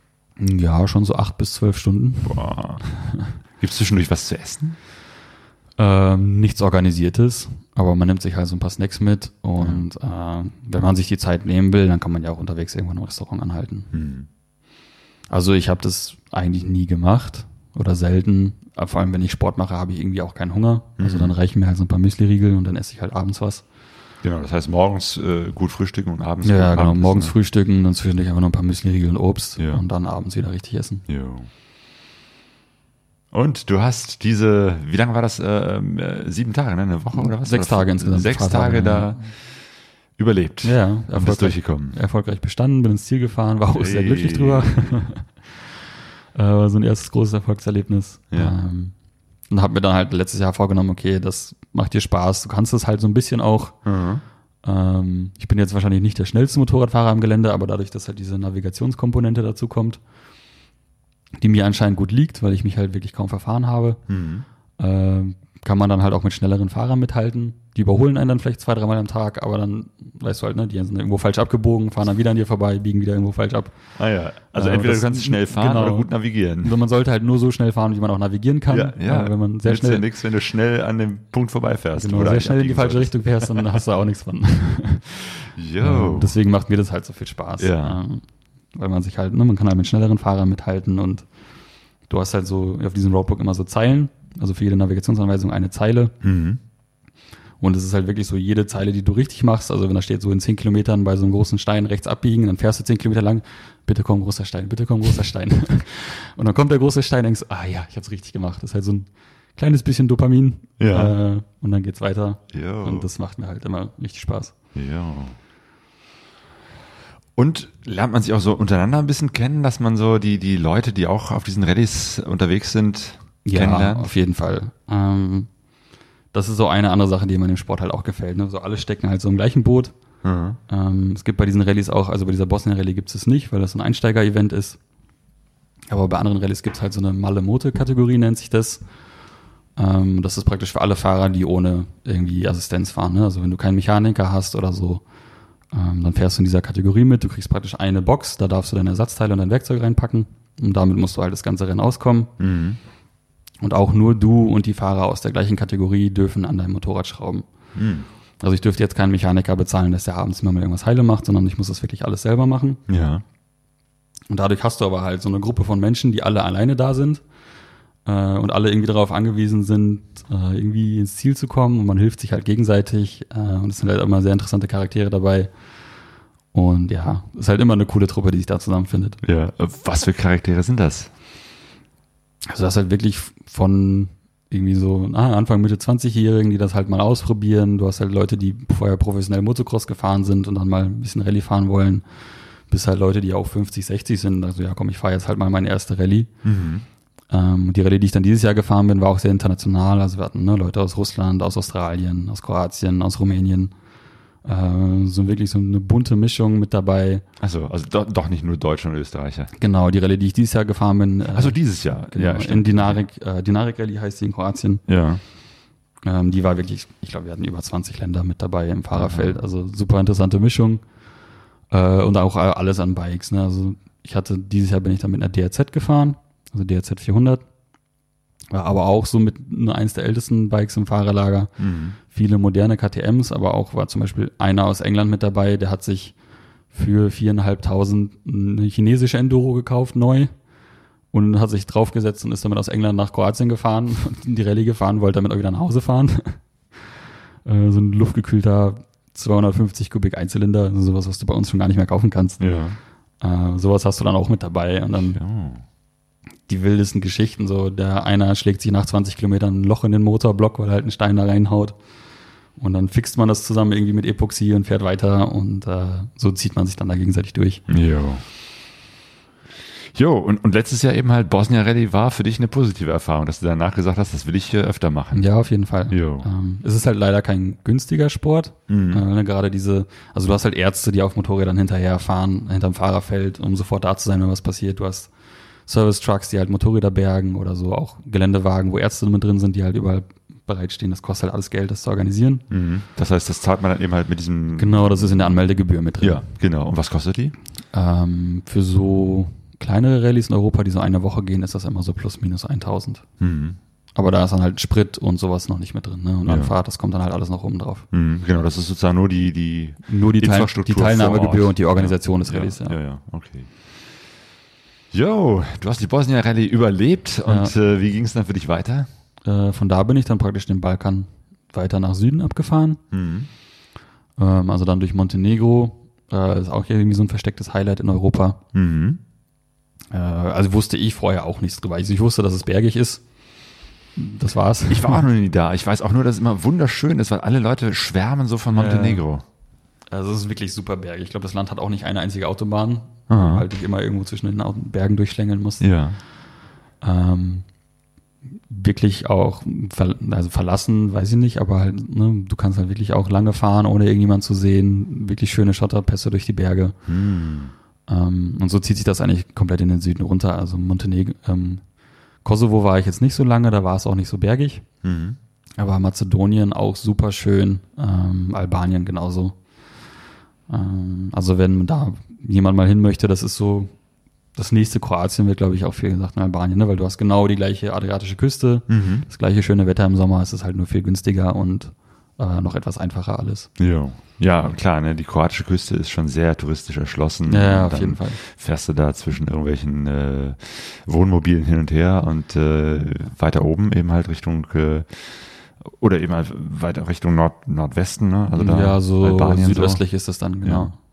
Ja, schon so acht bis zwölf Stunden. Boah. Gibt es zwischendurch was zu essen? Ähm, nichts Organisiertes, aber man nimmt sich halt so ein paar Snacks mit und äh, wenn man sich die Zeit nehmen will, dann kann man ja auch unterwegs irgendwann im Restaurant anhalten. Hm. Also ich habe das eigentlich nie gemacht oder selten. Aber vor allem, wenn ich Sport mache, habe ich irgendwie auch keinen Hunger. Also Mhm. dann reichen mir halt so ein paar Müsli-Riegel und dann esse ich halt abends was. Genau, das heißt morgens äh, gut frühstücken und abends Ja, gut ja genau. Abendessen, Morgens ne? frühstücken, dann zwischendurch einfach noch ein paar Müsli-Riegel und Obst Ja. und dann abends wieder richtig essen. Jo. Und du hast diese, wie lange war das? Äh, äh, sieben Tage, ne? Eine Woche oder was? Sechs Oder Tage insgesamt. Sechs Fahrtage, Tage ja. da überlebt. Ja, Und bist erfolgreich, durchgekommen. erfolgreich bestanden, bin ins Ziel gefahren, war auch sehr Hey. glücklich drüber. äh, war so ein erstes großes Erfolgserlebnis. Ja. Ähm, und habe mir dann halt letztes Jahr vorgenommen, okay, das macht dir Spaß, du kannst es halt so ein bisschen auch. Mhm. Ähm, ich bin jetzt wahrscheinlich nicht der schnellste Motorradfahrer am Gelände, aber dadurch, dass halt diese Navigationskomponente dazu kommt, die mir anscheinend gut liegt, weil ich mich halt wirklich kaum verfahren habe, Mhm. ähm, kann man dann halt auch mit schnelleren Fahrern mithalten. Die überholen einen dann vielleicht zwei, dreimal am Tag, aber dann, weißt du halt, ne, die sind irgendwo falsch abgebogen, fahren dann wieder an dir vorbei, biegen wieder irgendwo falsch ab. Ah ja, also Ja, entweder das- du kannst schnell fahren genau. oder gut navigieren. Also man sollte halt nur so schnell fahren, wie man auch navigieren kann. Ja, ja. Äh, wenn man sehr Nützt ja schnell, nichts, wenn du schnell an dem Punkt vorbeifährst. genau, wo du sehr eigentlich schnell in die abbiegen falsche solltest. Richtung fährst, dann hast du auch nichts von. Jo. Ähm, Deswegen macht mir das halt so viel Spaß. Ja. Ähm, weil man sich halt, ne, man kann halt mit schnelleren Fahrern mithalten und du hast halt so auf diesem Roadbook immer so Zeilen, also für jede Navigationsanweisung eine Zeile. Mhm. Und es ist halt wirklich so jede Zeile, die du richtig machst. Also wenn da steht so in zehn Kilometern bei so einem großen Stein rechts abbiegen, dann fährst du zehn Kilometer lang, bitte komm, großer Stein, bitte komm, großer Stein. Und dann kommt der große Stein, denkst, ah ja, ich hab's richtig gemacht. Das ist halt so ein kleines bisschen Dopamin. Ja. Äh, und dann geht's weiter. Jo. Und das macht mir halt immer richtig Spaß. Ja. Und lernt man sich auch so untereinander ein bisschen kennen, dass man so die, die Leute, die auch auf diesen Rallyes unterwegs sind, Ja, kennenlernt? auf jeden Fall. Ähm, das ist so eine andere Sache, die mir im Sport halt auch gefällt. Ne? So alle stecken halt so im gleichen Boot. Mhm. Ähm, es gibt bei diesen Rallyes auch, also bei dieser Bosnien-Rallye gibt es nicht, weil das so ein Einsteiger-Event ist. Aber bei anderen Rallyes gibt es halt so eine Malle-Mote-Kategorie, nennt sich das. Ähm, das ist praktisch für alle Fahrer, die ohne irgendwie Assistenz fahren. Ne? Also wenn du keinen Mechaniker hast oder so, ähm, dann fährst du in dieser Kategorie mit. Du kriegst praktisch eine Box, da darfst du deine Ersatzteile und dein Werkzeug reinpacken. Und damit musst du halt das ganze Rennen auskommen. Mhm. Und auch nur du und die Fahrer aus der gleichen Kategorie dürfen an deinem Motorrad schrauben. Hm. Also ich dürfte jetzt keinen Mechaniker bezahlen, dass der abends immer mal irgendwas heile macht, sondern ich muss das wirklich alles selber machen. Ja. Und dadurch hast du aber halt so eine Gruppe von Menschen, die alle alleine da sind äh, und alle irgendwie darauf angewiesen sind, äh, irgendwie ins Ziel zu kommen. Und man hilft sich halt gegenseitig. Äh, und es sind halt immer sehr interessante Charaktere dabei. Und ja, es ist halt immer eine coole Truppe, die sich da zusammenfindet. Ja. Was für Charaktere sind das? Also das ist halt wirklich von irgendwie so ah, Anfang, Mitte zwanzigjährigen, die das halt mal ausprobieren. Du hast halt Leute, die vorher professionell Motocross gefahren sind und dann mal ein bisschen Rallye fahren wollen. Bis halt Leute, die auch fünfzig, sechzig sind. Also ja, komm, ich fahre jetzt halt mal meine erste Rallye. Mhm. Ähm, die Rallye, die ich dann dieses Jahr gefahren bin, war auch sehr international. Also wir hatten ne, Leute aus Russland, aus Australien, aus Kroatien, aus Rumänien. Äh, so wirklich so eine bunte Mischung mit dabei. Also, also do, doch nicht nur Deutsche und Österreicher. Genau, die Rallye, die ich dieses Jahr gefahren bin. Äh, also dieses Jahr. Genau, Ja, in Dinarik, äh, Dinarik Rallye heißt sie in Kroatien. Ja. Ähm, die war wirklich, ich glaube, wir hatten über zwanzig Länder mit dabei im Fahrerfeld. Also super interessante Mischung. Äh, und auch alles an Bikes. Ne? Also ich hatte, dieses Jahr bin ich dann mit einer D R Z gefahren, also D R Z vierhundert. War aber auch so mit nur eins der ältesten Bikes im Fahrerlager. Mhm. Viele moderne K T Ms, aber auch war zum Beispiel einer aus England mit dabei, der hat sich für viereinhalbtausend eine chinesische Enduro gekauft, neu. Und hat sich draufgesetzt und ist damit aus England nach Kroatien gefahren und in die Rallye gefahren, wollte damit auch wieder nach Hause fahren. äh, so ein luftgekühlter zweihundertfünfzig Kubik Einzylinder, also sowas, was du bei uns schon gar nicht mehr kaufen kannst. Ja. Äh, sowas hast du dann auch mit dabei und dann ja. die wildesten Geschichten, so der einer schlägt sich nach zwanzig Kilometern ein Loch in den Motorblock, weil er halt einen Stein da reinhaut und dann fixt man das zusammen irgendwie mit Epoxy und fährt weiter und äh, so zieht man sich dann da gegenseitig durch. Jo. Jo, und, und letztes Jahr eben halt Bosnia Rallye war für dich eine positive Erfahrung, dass du danach gesagt hast, das will ich äh, öfter machen. Ja, auf jeden Fall. Jo. Ähm, es ist halt leider kein günstiger Sport. Mhm. Äh, gerade diese, also du hast halt Ärzte, die auf Motorrädern hinterher fahren, hinterm Fahrerfeld, um sofort da zu sein, wenn was passiert. Du hast Service-Trucks, die halt Motorräder bergen oder so, auch Geländewagen, wo Ärzte mit drin sind, die halt überall bereitstehen. Das kostet halt alles Geld, das zu organisieren. Mhm. Das heißt, das zahlt man dann eben halt mit diesem... Genau, das ist in der Anmeldegebühr mit drin. Ja, genau. Und was kostet die? Ähm, für so kleinere Rallyes in Europa, die so eine Woche gehen, ist das immer so plus minus eintausend. Mhm. Aber da ist dann halt Sprit und sowas noch nicht mit drin. Ne? Und ja. Anfahrt, das kommt dann halt alles noch oben drauf. Mhm, genau, das ist sozusagen nur die, die, nur die, Infrastruktur Teil, die Teilnahmegebühr und die Organisation ja. des Rallyes. Ja, ja, ja, okay. Jo, du hast die Bosnia Rallye überlebt und ja. äh, wie ging es dann für dich weiter? Äh, von da bin ich dann praktisch den Balkan weiter nach Süden abgefahren. Mhm. Ähm, also dann durch Montenegro. Äh, ist auch irgendwie so ein verstecktes Highlight in Europa. Mhm. Äh, also wusste ich vorher auch nichts drüber. Also ich wusste, dass es bergig ist. Das war's. Ich war auch noch nie da. Ich weiß auch nur, dass es immer wunderschön ist, weil alle Leute schwärmen so von Montenegro. Äh, also es ist wirklich super bergig. Ich glaube, das Land hat auch nicht eine einzige Autobahn, Aha. weil dich immer irgendwo zwischen den Bergen durchschlängeln musst. Ja. Ähm, wirklich auch, ver- also verlassen, weiß ich nicht, aber halt, ne, du kannst halt wirklich auch lange fahren, ohne irgendjemand zu sehen. Wirklich schöne Schotterpässe durch die Berge. Hm. Ähm, und so zieht sich das eigentlich komplett in den Süden runter. Also Montenegro, ähm, Kosovo war ich jetzt nicht so lange, da war es auch nicht so bergig. Mhm. Aber Mazedonien auch super schön, ähm, Albanien genauso. Ähm, also wenn da jemand mal hin möchte, das ist so, das nächste Kroatien wird, glaube ich, auch viel gesagt in Albanien, ne? Weil du hast genau die gleiche adriatische Küste, mhm. das gleiche schöne Wetter im Sommer, es ist halt nur viel günstiger und äh, noch etwas einfacher alles. Ja. Ja, klar, ne, die kroatische Küste ist schon sehr touristisch erschlossen. Ja, auf jeden Fall. Fährst du da zwischen irgendwelchen äh, Wohnmobilen hin und her und äh, weiter oben eben halt Richtung äh, oder eben halt weiter Richtung Nord Nordwesten, ne? Also da ja, so Albanien südöstlich so. Ist das dann, genau. Ja.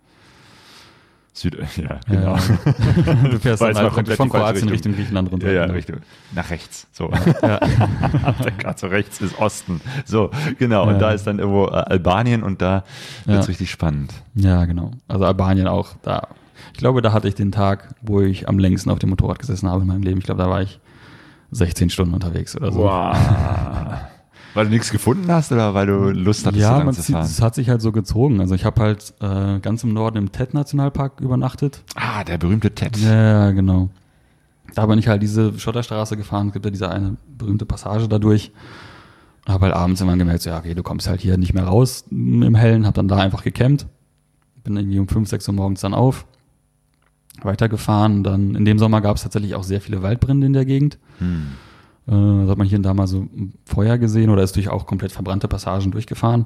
Süd, ja, genau. Ja. Du fährst dann halt komplett von Kroatien Richtung Griechenland runter. Ja, ja, Richtung, nach rechts. So. Ja. Gerade so rechts ist Osten. So, genau. Und ja. da ist dann irgendwo äh, Albanien und da wird's ja. richtig spannend. Ja, genau. Also Albanien auch. Da. Ich glaube, da hatte ich den Tag, wo ich am längsten auf dem Motorrad gesessen habe in meinem Leben. Ich glaube, da war ich sechzehn Stunden unterwegs oder so. Wow. Weil du nichts gefunden hast oder weil du Lust hattest, ja, so lang man zu zieht, fahren? es hat sich halt so gezogen. Also ich habe halt äh, ganz im Norden im Tet-Nationalpark übernachtet. Ah, der berühmte Tet. Ja, genau. Da bin ich halt diese Schotterstraße gefahren. Es gibt ja diese eine berühmte Passage dadurch. Habe halt abends immer gemerkt, so, ja, okay, du kommst halt hier nicht mehr raus im Hellen. Habe dann da einfach gecampt. Bin irgendwie um fünf, sechs Uhr morgens dann auf. Weitergefahren. Dann in dem Sommer gab es tatsächlich auch sehr viele Waldbrände in der Gegend. Hm. Äh, das hat man hier und da mal so Feuer gesehen oder ist durch auch komplett verbrannte Passagen durchgefahren.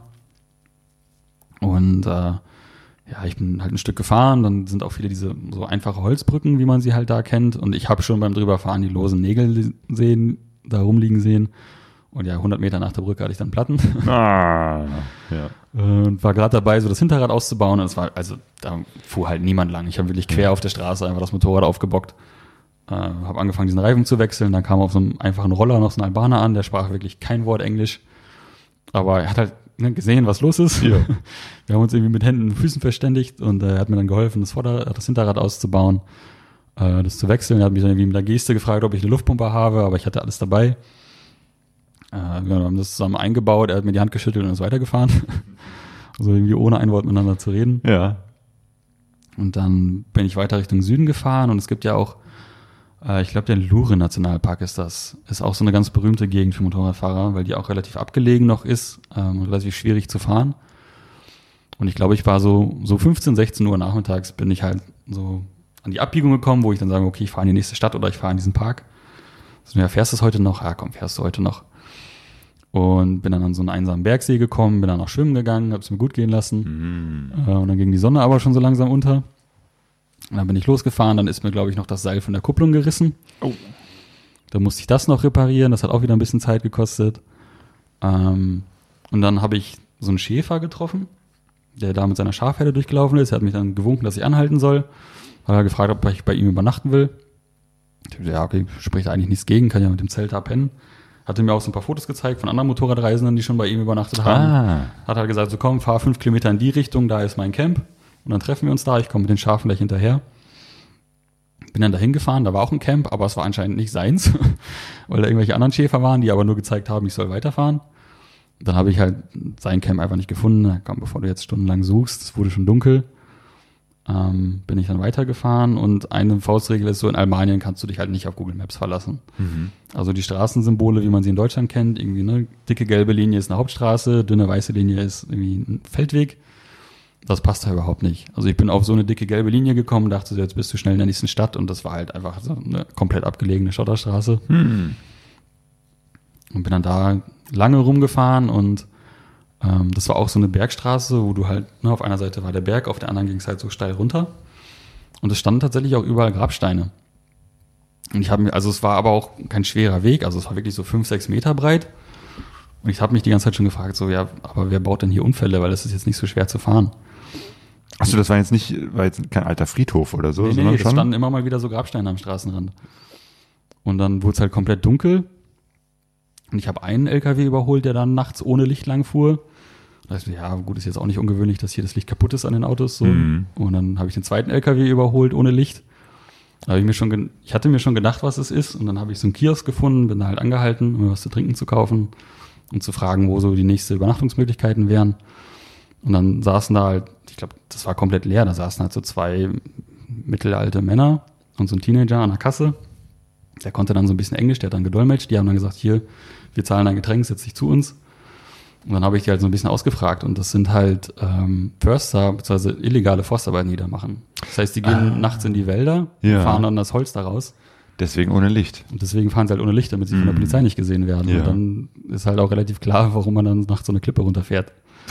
Und äh, ja, ich bin halt ein Stück gefahren, dann sind auch viele diese so einfache Holzbrücken, wie man sie halt da kennt. Und ich habe schon beim drüberfahren die losen Nägel sehen, da rumliegen sehen. Und ja, hundert Meter nach der Brücke hatte ich dann Platten. Ah, ja. Und war gerade dabei, so das Hinterrad auszubauen. Und es war, also da fuhr halt niemand lang. Ich habe wirklich quer auf der Straße einfach das Motorrad aufgebockt. Äh, habe angefangen, diesen Reifen zu wechseln. Dann kam auf so einem einfachen Roller noch so ein Albaner an, der sprach wirklich kein Wort Englisch. Aber er hat halt ne, gesehen, was los ist. Ja. Wir haben uns irgendwie mit Händen und Füßen verständigt und äh, er hat mir dann geholfen, das Vorder-, das Hinterrad auszubauen, äh, das zu wechseln. Er hat mich dann irgendwie mit der Geste gefragt, ob ich eine Luftpumpe habe, aber ich hatte alles dabei. Äh, wir haben das zusammen eingebaut, er hat mir die Hand geschüttelt und ist weitergefahren. Also irgendwie ohne ein Wort miteinander zu reden. Ja. Und dann bin ich weiter Richtung Süden gefahren und es gibt ja auch, äh, ich glaube, der Luren-Nationalpark ist das. Ist auch so eine ganz berühmte Gegend für Motorradfahrer, weil die auch relativ abgelegen noch ist ähm, und relativ schwierig zu fahren. Und ich glaube, ich war so, so fünfzehn, sechzehn Uhr nachmittags bin ich halt so an die Abbiegung gekommen, wo ich dann sage, okay, ich fahre in die nächste Stadt oder ich fahre in diesen Park. So, ja, fährst du es heute noch? Ja, komm, fährst du heute noch. Und bin dann an so einen einsamen Bergsee gekommen, bin dann noch schwimmen gegangen, habe es mir gut gehen lassen. Mhm. Äh, und dann ging die Sonne aber schon so langsam unter. Und dann bin ich losgefahren, dann ist mir, glaube ich, noch das Seil von der Kupplung gerissen. Oh. Da musste ich das noch reparieren, das hat auch wieder ein bisschen Zeit gekostet. Ähm, und dann habe ich so einen Schäfer getroffen, der da mit seiner Schafherde durchgelaufen ist. Er hat mich dann gewunken, dass ich anhalten soll. Hat er gefragt, ob ich bei ihm übernachten will. Ich dachte, ja, okay, spricht eigentlich nichts gegen, kann ja mit dem Zelt da pennen. Hatte mir auch so ein paar Fotos gezeigt von anderen Motorradreisenden, die schon bei ihm übernachtet haben. Ah. Hat halt gesagt, so komm, fahr fünf Kilometer in die Richtung, da ist mein Camp. Und dann treffen wir uns da, ich komme mit den Schafen gleich hinterher. Bin dann dahin gefahren, da war auch ein Camp, aber es war anscheinend nicht seins, weil da irgendwelche anderen Schäfer waren, die aber nur gezeigt haben, ich soll weiterfahren. Dann habe ich halt sein Camp einfach nicht gefunden. Na, komm, bevor du jetzt stundenlang suchst, es wurde schon dunkel. Ähm, bin ich dann weitergefahren und eine Faustregel ist so, in Albanien kannst du dich halt nicht auf Google Maps verlassen. Mhm. Also die Straßensymbole, wie man sie in Deutschland kennt, irgendwie ne, dicke gelbe Linie ist eine Hauptstraße, dünne weiße Linie ist irgendwie ein Feldweg. Das passt da überhaupt nicht. Also ich bin auf so eine dicke gelbe Linie gekommen, dachte, jetzt bist du schnell in der nächsten Stadt und das war halt einfach so eine komplett abgelegene Schotterstraße. Mhm. Und bin dann da lange rumgefahren und ähm, das war auch so eine Bergstraße, wo du halt, ne, auf einer Seite war der Berg, auf der anderen ging es halt so steil runter. Und es standen tatsächlich auch überall Grabsteine. Und ich habe mir, also es war aber auch kein schwerer Weg, also es war wirklich so fünf, sechs Meter breit. Und ich habe mich die ganze Zeit schon gefragt, so, ja, aber wer baut denn hier Unfälle, weil es ist jetzt nicht so schwer zu fahren. Achso, das war jetzt nicht, war jetzt kein alter Friedhof oder so? Nee, nee, nee, es standen immer mal wieder so Grabsteine am Straßenrand. Und dann wurde es halt komplett dunkel. Und ich habe einen L K W überholt, der dann nachts ohne Licht lang fuhr. Da dachte ich, ja, gut, ist jetzt auch nicht ungewöhnlich, dass hier das Licht kaputt ist an den Autos. So. Mhm. Und dann habe ich den zweiten L K W überholt ohne Licht. Da habe ich mir schon, ge- ich hatte mir schon gedacht, was es ist. Und dann habe ich so einen Kiosk gefunden, bin da halt angehalten, um mir was zu trinken zu kaufen und zu fragen, wo so die nächste Übernachtungsmöglichkeiten wären. Und dann saßen da halt, ich glaube, das war komplett leer, da saßen halt so zwei mittelalte Männer und so ein Teenager an der Kasse. Der konnte dann so ein bisschen Englisch, der hat dann gedolmetscht. Die haben dann gesagt, hier, wir zahlen dein Getränk, setz dich zu uns. Und dann habe ich die halt so ein bisschen ausgefragt. Und das sind halt ähm, Förster, beziehungsweise illegale Forstarbeiten, die da machen. Das heißt, die gehen ah. nachts in die Wälder ja. und fahren dann das Holz da raus. Deswegen ohne Licht. Und deswegen fahren sie halt ohne Licht, damit sie mm. von der Polizei nicht gesehen werden. Ja. Und dann ist halt auch relativ klar, warum man dann nachts so eine Klippe runterfährt.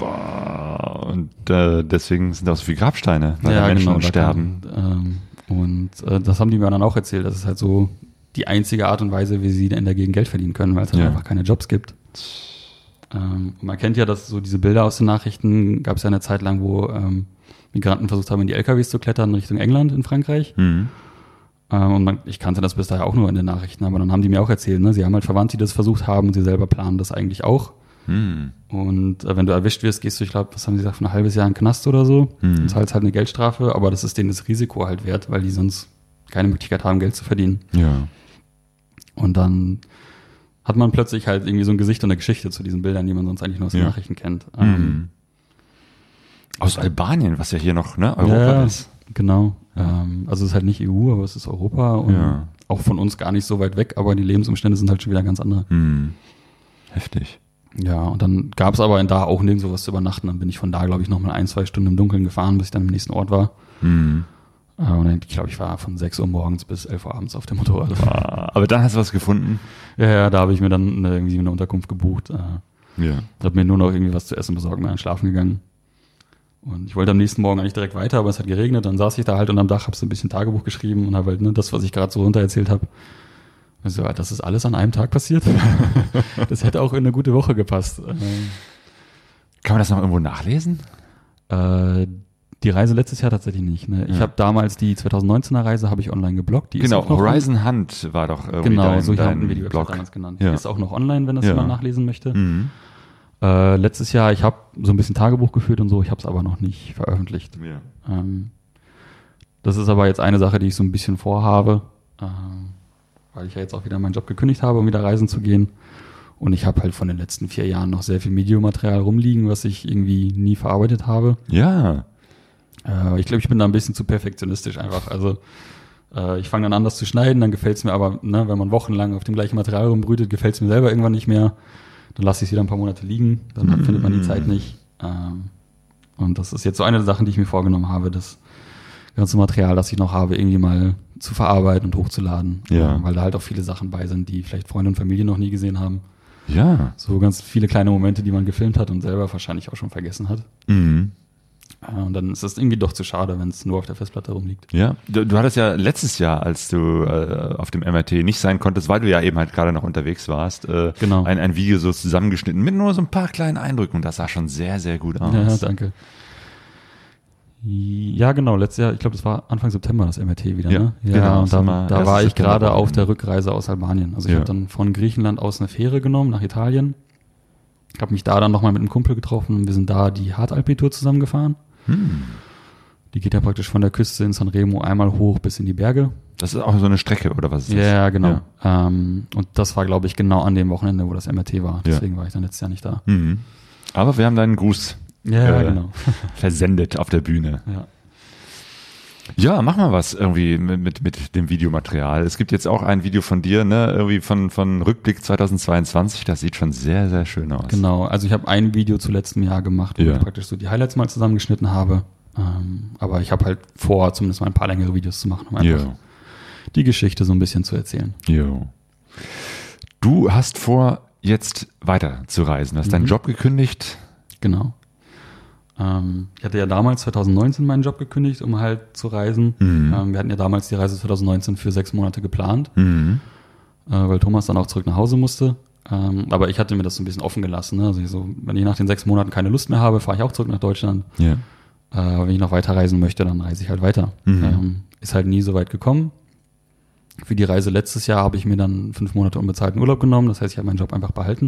Boah. Und äh, deswegen sind auch so viele Grabsteine, weil ja, da Menschen genau, sterben. Da kann, ähm, und äh, das haben die mir dann auch erzählt. Das ist halt so die einzige Art und Weise, wie sie in der Gegend Geld verdienen können, weil es halt ja. einfach keine Jobs gibt. Ähm, und man kennt ja, dass so diese Bilder aus den Nachrichten, gab es ja eine Zeit lang, wo ähm, Migranten versucht haben, in die L K Ws zu klettern Richtung England in Frankreich. Mhm. Ähm, und man, ich kannte das bis dahin auch nur in den Nachrichten, aber dann haben die mir auch erzählt, ne? Sie haben halt Verwandte, die das versucht haben und sie selber planen das eigentlich auch. Mhm. Und äh, wenn du erwischt wirst, gehst du, ich glaube, was haben sie gesagt, für ein halbes Jahr in den Knast oder so. Mhm. Und zahlst halt eine Geldstrafe, aber das ist denen das Risiko halt wert, weil die sonst keine Möglichkeit haben, Geld zu verdienen. Ja. Und dann hat man plötzlich halt irgendwie so ein Gesicht und eine Geschichte zu diesen Bildern, die man sonst eigentlich nur aus den ja. Nachrichten kennt. Mhm. Ähm, aus Albanien, was ja hier noch, ne, Europa ja, ist. Genau. Ja. Ähm, also es ist halt nicht E U, aber es ist Europa und ja. auch von uns gar nicht so weit weg, aber die Lebensumstände sind halt schon wieder ganz andere. Mhm. Heftig. Ja, und dann gab es aber in da auch nirgendwo was zu übernachten. Dann bin ich von da, glaube ich, noch mal ein, zwei Stunden im Dunkeln gefahren, bis ich dann am nächsten Ort war. Mhm. Und ich glaube, ich war von sechs Uhr morgens bis elf Uhr abends auf dem Motorrad. Aber dann hast du was gefunden? Ja, ja, da habe ich mir dann eine, irgendwie eine Unterkunft gebucht. Ja. Habe mir nur noch irgendwie was zu essen besorgt, bin dann schlafen gegangen. Und ich wollte am nächsten Morgen eigentlich direkt weiter, aber es hat geregnet. Dann saß ich da halt unterm Dach, habe so ein bisschen Tagebuch geschrieben und habe halt ne, das, was ich gerade so runter erzählt habe. Also, das ist alles an einem Tag passiert. Das hätte auch in eine gute Woche gepasst. Kann man das noch irgendwo nachlesen? Äh, die Reise letztes Jahr tatsächlich nicht. Ne? Ich Ja. habe damals die zwanzig neunzehner Reise habe ich online geblockt. Die Genau, ist auch noch Horizon Hunt war doch irgendwie Genau, dein, so ich habe dein wir die Website Blog. damals genannt. Ja. Die ist auch noch online, wenn das Ja. jemand nachlesen möchte. Mhm. Äh, letztes Jahr, ich habe so ein bisschen Tagebuch geführt und so, ich habe es aber noch nicht veröffentlicht. Ja. Ähm, das ist aber jetzt eine Sache, die ich so ein bisschen vorhabe, ähm, weil ich ja jetzt auch wieder meinen Job gekündigt habe, um wieder reisen zu gehen. Und ich habe halt von den letzten vier Jahren noch sehr viel Videomaterial rumliegen, was ich irgendwie nie verarbeitet habe. Ja. Äh, ich glaube, ich bin da ein bisschen zu perfektionistisch einfach. Also äh, ich fange dann an, das zu schneiden, dann gefällt es mir aber, ne, wenn man wochenlang auf dem gleichen Material rumbrütet, gefällt es mir selber irgendwann nicht mehr. Dann lasse ich es wieder ein paar Monate liegen, dann Mhm. findet man die Zeit nicht. Ähm, und das ist jetzt so eine der Sachen, die ich mir vorgenommen habe, das ganze Material, das ich noch habe, irgendwie mal zu verarbeiten und hochzuladen. Ja. Ähm, weil da halt auch viele Sachen bei sind, die vielleicht Freunde und Familie noch nie gesehen haben. Ja. So ganz viele kleine Momente, die man gefilmt hat und selber wahrscheinlich auch schon vergessen hat. Mhm. Äh, und dann ist das irgendwie doch zu schade, wenn es nur auf der Festplatte rumliegt. Ja, du, du hattest ja letztes Jahr, als du äh, auf dem M R T nicht sein konntest, weil du ja eben halt gerade noch unterwegs warst, äh, Genau. ein, ein Video so zusammengeschnitten mit nur so ein paar kleinen Eindrücken und das sah schon sehr, sehr gut aus. Ja, danke. Ja, genau, letztes Jahr, ich glaube, das war Anfang September, das M R T wieder, Ja, ne? Ja, genau, und Sommer, da, da erstes war ich September gerade war auf dann. der Rückreise aus Albanien. Also ich Ja. habe dann von Griechenland aus eine Fähre genommen nach Italien, habe mich da dann nochmal mit einem Kumpel getroffen und wir sind da die Hardalpi-Tour zusammengefahren. Hm. Die geht ja praktisch von der Küste in Sanremo einmal hoch bis in die Berge. Das ist auch so eine Strecke, oder was ist das? Ja, genau. Ja. Ähm, und das war, glaube ich, genau an dem Wochenende, wo das M R T war. Deswegen war ich dann letztes Jahr nicht da. Mhm. Aber wir haben deinen Gruß Ja, äh, genau. versendet auf der Bühne. Ja. Ja, mach mal was irgendwie mit, mit, mit dem Videomaterial. Es gibt jetzt auch ein Video von dir, ne, irgendwie von, von Rückblick zweitausendzweiundzwanzig. Das sieht schon sehr, sehr schön aus. Genau, also ich habe ein Video zu letztem Jahr gemacht, wo Ja. ich praktisch so die Highlights mal zusammengeschnitten habe. Ähm, aber ich habe halt vor, zumindest mal ein paar längere Videos zu machen, um einfach Jo. die Geschichte so ein bisschen zu erzählen. Jo. Du hast vor, jetzt weiter zu reisen. Du hast deinen Mhm. Job gekündigt. Genau. Ähm, ich hatte ja damals zwanzig neunzehn meinen Job gekündigt, um halt zu reisen. Mhm. Ähm, wir hatten ja damals die Reise zwanzig neunzehn für sechs Monate geplant, Mhm. äh, weil Thomas dann auch zurück nach Hause musste. Ähm, aber ich hatte mir das so ein bisschen offen gelassen. Ne? Also ich so, wenn ich nach den sechs Monaten keine Lust mehr habe, fahre ich auch zurück nach Deutschland. Ja. Äh, wenn ich noch weiter reisen möchte, dann reise ich halt weiter. Mhm. Ähm, ist halt nie so weit gekommen. Für die Reise letztes Jahr habe ich mir dann fünf Monate unbezahlten Urlaub genommen. Das heißt, ich habe meinen Job einfach behalten.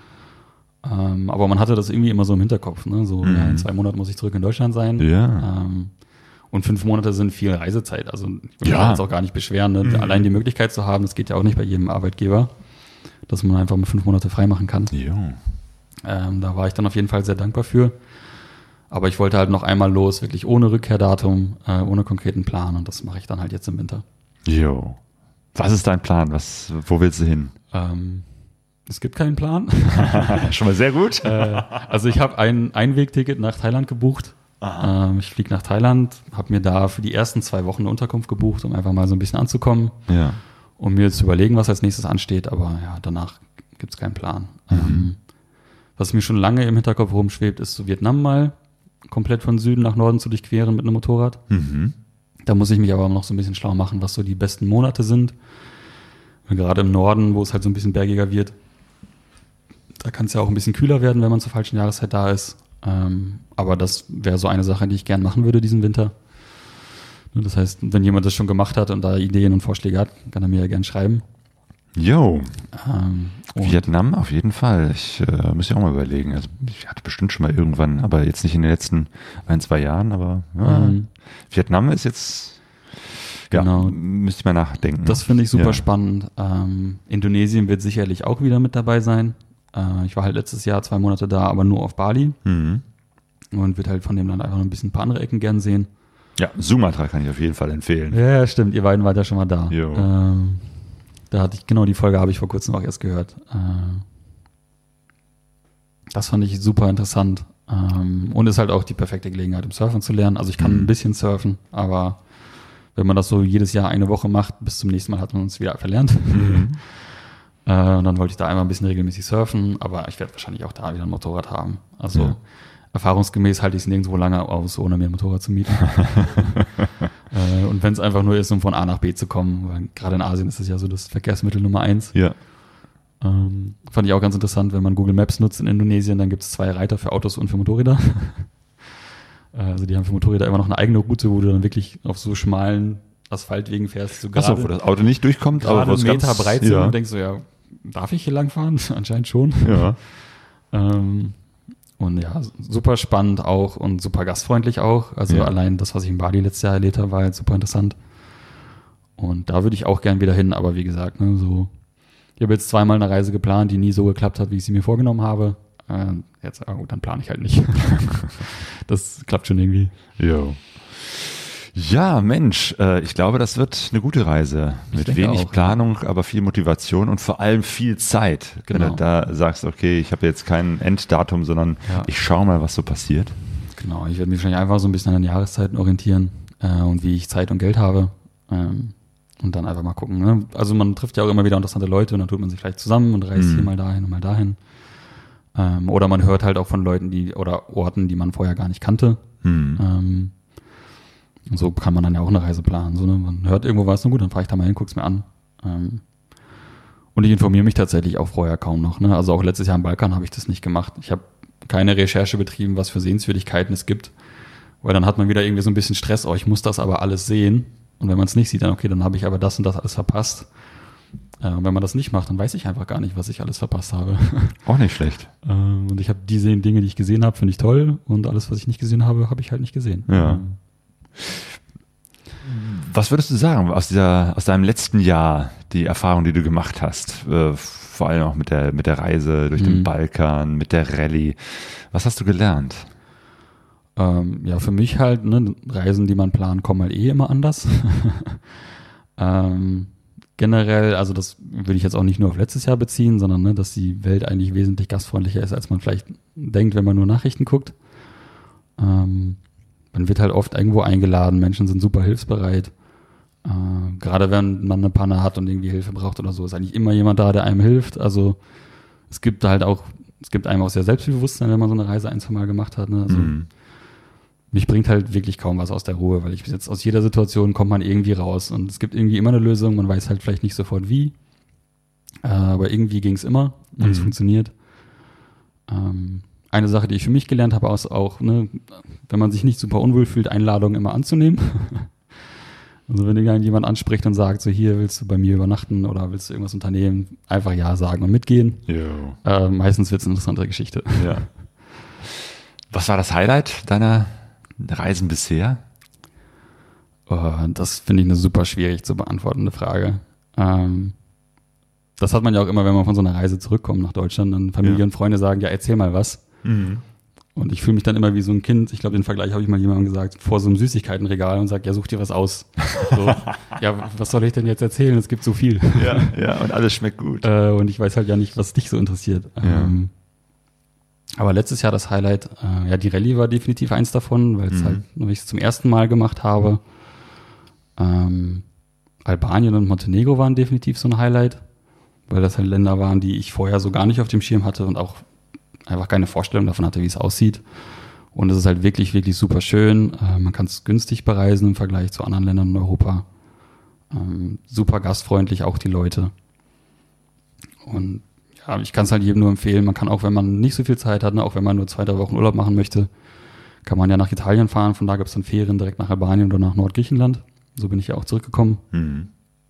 Ähm, aber man hatte das irgendwie immer so im Hinterkopf. Ne? So, Mhm. ja, in zwei Monaten muss ich zurück in Deutschland sein. Ja. Ähm, und fünf Monate sind viel Reisezeit. Also ich will Ja. mich jetzt auch gar nicht beschweren. Ne? Mhm. Allein die Möglichkeit zu haben, das geht ja auch nicht bei jedem Arbeitgeber, dass man einfach mal fünf Monate frei machen kann. Jo. Ähm, da war ich dann auf jeden Fall sehr dankbar für. Aber ich wollte halt noch einmal los, wirklich ohne Rückkehrdatum, äh, ohne konkreten Plan. Und das mache ich dann halt jetzt im Winter. Jo. Was ist dein Plan? Was, wo willst du hin? Ähm, es gibt keinen Plan. Schon mal sehr gut. äh, also ich habe ein Einwegticket nach Thailand gebucht. Ähm, ich fliege nach Thailand, habe mir da für die ersten zwei Wochen eine Unterkunft gebucht, um einfach mal so ein bisschen anzukommen, Ja. um mir zu überlegen, was als nächstes ansteht. Aber ja, danach gibt es keinen Plan. Mhm. Ähm, was mir schon lange im Hinterkopf rumschwebt, ist so Vietnam mal komplett von Süden nach Norden zu durchqueren mit einem Motorrad. Mhm. Da muss ich mich aber noch so ein bisschen schlau machen, was so die besten Monate sind. Weil gerade im Norden, wo es halt so ein bisschen bergiger wird, da kann es ja auch ein bisschen kühler werden, wenn man zur falschen Jahreszeit da ist. Ähm, aber das wäre so eine Sache, die ich gern machen würde diesen Winter. Das heißt, wenn jemand das schon gemacht hat und da Ideen und Vorschläge hat, kann er mir ja gern schreiben. Jo. Ähm, und Vietnam auf jeden Fall. Ich äh, muss ja auch mal überlegen. Also ich hatte bestimmt schon mal irgendwann, aber jetzt nicht in den letzten ein, zwei Jahren, aber ja. Mhm. Vietnam ist jetzt, ja, Genau. müsste ich mal nachdenken. Das finde ich super Ja. spannend. Ähm, Indonesien wird sicherlich auch wieder mit dabei sein. Äh, ich war halt letztes Jahr zwei Monate da, aber nur auf Bali Mhm. und würde halt von dem Land einfach noch ein bisschen ein paar andere Ecken gern sehen. Ja, Sumatra kann ich auf jeden Fall empfehlen. Ja, stimmt. Ihr beiden wart ja schon mal da. Jo. Ähm, da hatte ich, genau die Folge habe ich vor kurzem auch erst gehört. Äh, das fand ich super interessant. Ähm, und ist halt auch die perfekte Gelegenheit, um Surfen zu lernen. Also ich kann Mhm. ein bisschen surfen, aber wenn man das so jedes Jahr eine Woche macht, bis zum nächsten Mal hat man uns wieder verlernt. Mhm. äh, und dann wollte ich da einmal ein bisschen regelmäßig surfen, aber ich werde wahrscheinlich auch da wieder ein Motorrad haben. Also ja. Erfahrungsgemäß halte ich es nirgendwo lange aus, ohne mir ein Motorrad zu mieten. äh, und wenn es einfach nur ist, um von A nach B zu kommen, weil gerade in Asien ist es ja so das Verkehrsmittel Nummer eins. Ja. Ähm, fand ich auch ganz interessant, wenn man Google Maps nutzt in Indonesien, dann gibt es zwei Reiter für Autos und für Motorräder. Also die haben für Motorräder immer noch eine eigene Route, wo du dann wirklich auf so schmalen Asphaltwegen fährst. So Achso, wo das Auto nicht durchkommt, gerade aber wo es Meter ganz, breit sind ja. und denkst so, ja, darf ich hier lang fahren? Anscheinend schon. Ja. ähm, und ja, super spannend auch und super gastfreundlich auch. Also ja. allein das, was ich in Bali letztes Jahr erlebt habe, war jetzt super interessant. Und da würde ich auch gern wieder hin, aber wie gesagt, ne, so, ich habe jetzt zweimal eine Reise geplant, die nie so geklappt hat, wie ich sie mir vorgenommen habe. Äh, jetzt, ah gut, dann plane ich halt nicht. Das klappt schon irgendwie. Jo. Ja, Mensch, äh, ich glaube, das wird eine gute Reise. Ich Mit denke wenig auch, Planung, ja. aber viel Motivation und vor allem viel Zeit. Genau. Wenn du da sagst, okay, ich habe jetzt kein Enddatum, sondern Ja. ich schaue mal, was so passiert. Genau, ich werde mich wahrscheinlich einfach so ein bisschen an den Jahreszeiten orientieren äh, und wie ich Zeit und Geld habe. Ähm, und dann einfach mal gucken. Ne? Also man trifft ja auch immer wieder interessante Leute und dann tut man sich vielleicht zusammen und reist Mhm. hier mal dahin und mal dahin. Ähm, oder man hört halt auch von Leuten, die oder Orten, die man vorher gar nicht kannte. Hm. Ähm, und so kann man dann ja auch eine Reise planen. So, ne? Man hört irgendwo was, na gut, dann fahre ich da mal hin, guck's mir an. Ähm, und ich informiere mich tatsächlich auch vorher kaum noch. Ne? Also auch letztes Jahr im Balkan habe ich das nicht gemacht. Ich habe keine Recherche betrieben, was für Sehenswürdigkeiten es gibt. Weil dann hat man wieder irgendwie so ein bisschen Stress, oh, ich muss das aber alles sehen. Und wenn man es nicht sieht, dann okay, dann habe ich aber das und das alles verpasst. Äh, und wenn man das nicht macht, dann weiß ich einfach gar nicht, was ich alles verpasst habe. Auch nicht schlecht. Ähm, und ich habe die Dinge, die ich gesehen habe, finde ich toll. Und alles, was ich nicht gesehen habe, habe ich halt nicht gesehen. Ja. Ähm, Was würdest du sagen aus dieser, aus deinem letzten Jahr, die Erfahrung, die du gemacht hast, äh, vor allem auch mit der, mit der Reise durch den Mhm. Balkan, mit der Rallye? Was hast du gelernt? Ähm, ja, für mich halt, ne, Reisen, die man plant, kommen halt eh immer anders. ähm, generell, also das würde ich jetzt auch nicht nur auf letztes Jahr beziehen, sondern ne, dass die Welt eigentlich wesentlich gastfreundlicher ist, als man vielleicht denkt, wenn man nur Nachrichten guckt. Ähm, man wird halt oft irgendwo eingeladen, Menschen sind super hilfsbereit. Äh, gerade wenn man eine Panne hat und irgendwie Hilfe braucht oder so, ist eigentlich immer jemand da, der einem hilft. Also es gibt halt auch, es gibt einem auch sehr Selbstbewusstsein, wenn man so eine Reise ein, zwei Mal gemacht hat. Ne? Also Mhm. mich bringt halt wirklich kaum was aus der Ruhe, weil ich bis jetzt aus jeder Situation kommt man irgendwie raus und es gibt irgendwie immer eine Lösung, man weiß halt vielleicht nicht sofort wie, äh, aber irgendwie ging es immer und Mhm. es funktioniert. Ähm, eine Sache, die ich für mich gelernt habe, ist auch, ne, wenn man sich nicht super unwohl fühlt, Einladungen immer anzunehmen. Also wenn irgendjemand anspricht und sagt, so hier willst du bei mir übernachten oder willst du irgendwas unternehmen, einfach ja sagen und mitgehen. Jo. Äh, meistens wird es eine interessante Geschichte. Ja. Was war das Highlight deiner Reisen bisher? Oh, das finde ich eine super schwierig zu beantwortende Frage. Ähm, das hat man ja auch immer, wenn man von so einer Reise zurückkommt nach Deutschland, dann Familie Ja. und Freunde sagen, ja, erzähl mal was. Mhm. Und ich fühle mich dann immer wie so ein Kind, ich glaube, den Vergleich habe ich mal jemandem gesagt, vor so einem Süßigkeitenregal und sage, ja, such dir was aus. So, ja, was soll ich denn jetzt erzählen? Es gibt so viel. Ja, ja, und alles schmeckt gut. Äh, und ich weiß halt ja nicht, was dich so interessiert. Ja. Ähm, aber letztes Jahr das Highlight, äh, ja, die Rallye war definitiv eins davon, weil es Mhm. halt, weil ich es zum ersten Mal gemacht habe. Ähm, Albanien und Montenegro waren definitiv so ein Highlight, weil das halt Länder waren, die ich vorher so gar nicht auf dem Schirm hatte und auch einfach keine Vorstellung davon hatte, wie es aussieht. Und es ist halt wirklich, wirklich super schön. Äh, man kann es günstig bereisen im Vergleich zu anderen Ländern in Europa. Ähm, super gastfreundlich, auch die Leute. Und ja, ich kann es halt jedem nur empfehlen. Man kann auch, wenn man nicht so viel Zeit hat, ne, auch wenn man nur zwei, drei Wochen Urlaub machen möchte, kann man ja nach Italien fahren. Von da gibt es dann Ferien direkt nach Albanien oder nach Nordgriechenland. So bin ich ja auch zurückgekommen. Mhm.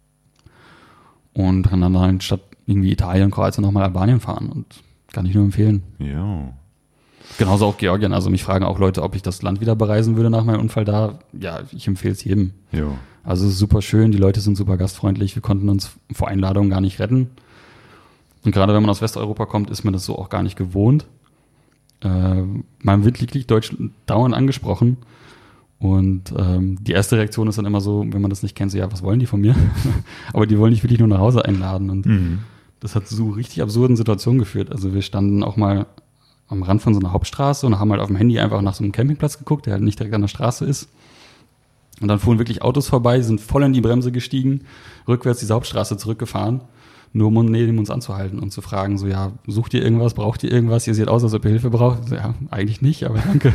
Und kann dann halt statt irgendwie Italien, Kroatien nochmal Albanien fahren. Und kann ich nur empfehlen. Jo. Genauso auch Georgien. Also mich fragen auch Leute, ob ich das Land wieder bereisen würde nach meinem Unfall da. Ja, ich empfehle es jedem. Jo. Also es ist super schön, die Leute sind super gastfreundlich. Wir konnten uns vor Einladungen gar nicht retten. Und gerade wenn man aus Westeuropa kommt, ist man das so auch gar nicht gewohnt. Äh, man wird wirklich Deutsch dauernd angesprochen. Und ähm, die erste Reaktion ist dann immer so, wenn man das nicht kennt, so ja, was wollen die von mir? Aber die wollen dich wirklich nur nach Hause einladen. Und Mhm. das hat zu richtig absurden Situationen geführt. Also wir standen auch mal am Rand von so einer Hauptstraße und haben halt auf dem Handy einfach nach so einem Campingplatz geguckt, der halt nicht direkt an der Straße ist. Und dann fuhren wirklich Autos vorbei, sind voll in die Bremse gestiegen, rückwärts diese Hauptstraße zurückgefahren, nur um neben uns anzuhalten und zu fragen, so, ja, sucht ihr irgendwas, braucht ihr irgendwas, ihr seht aus, als ob ihr Hilfe braucht. So, ja, eigentlich nicht, aber danke.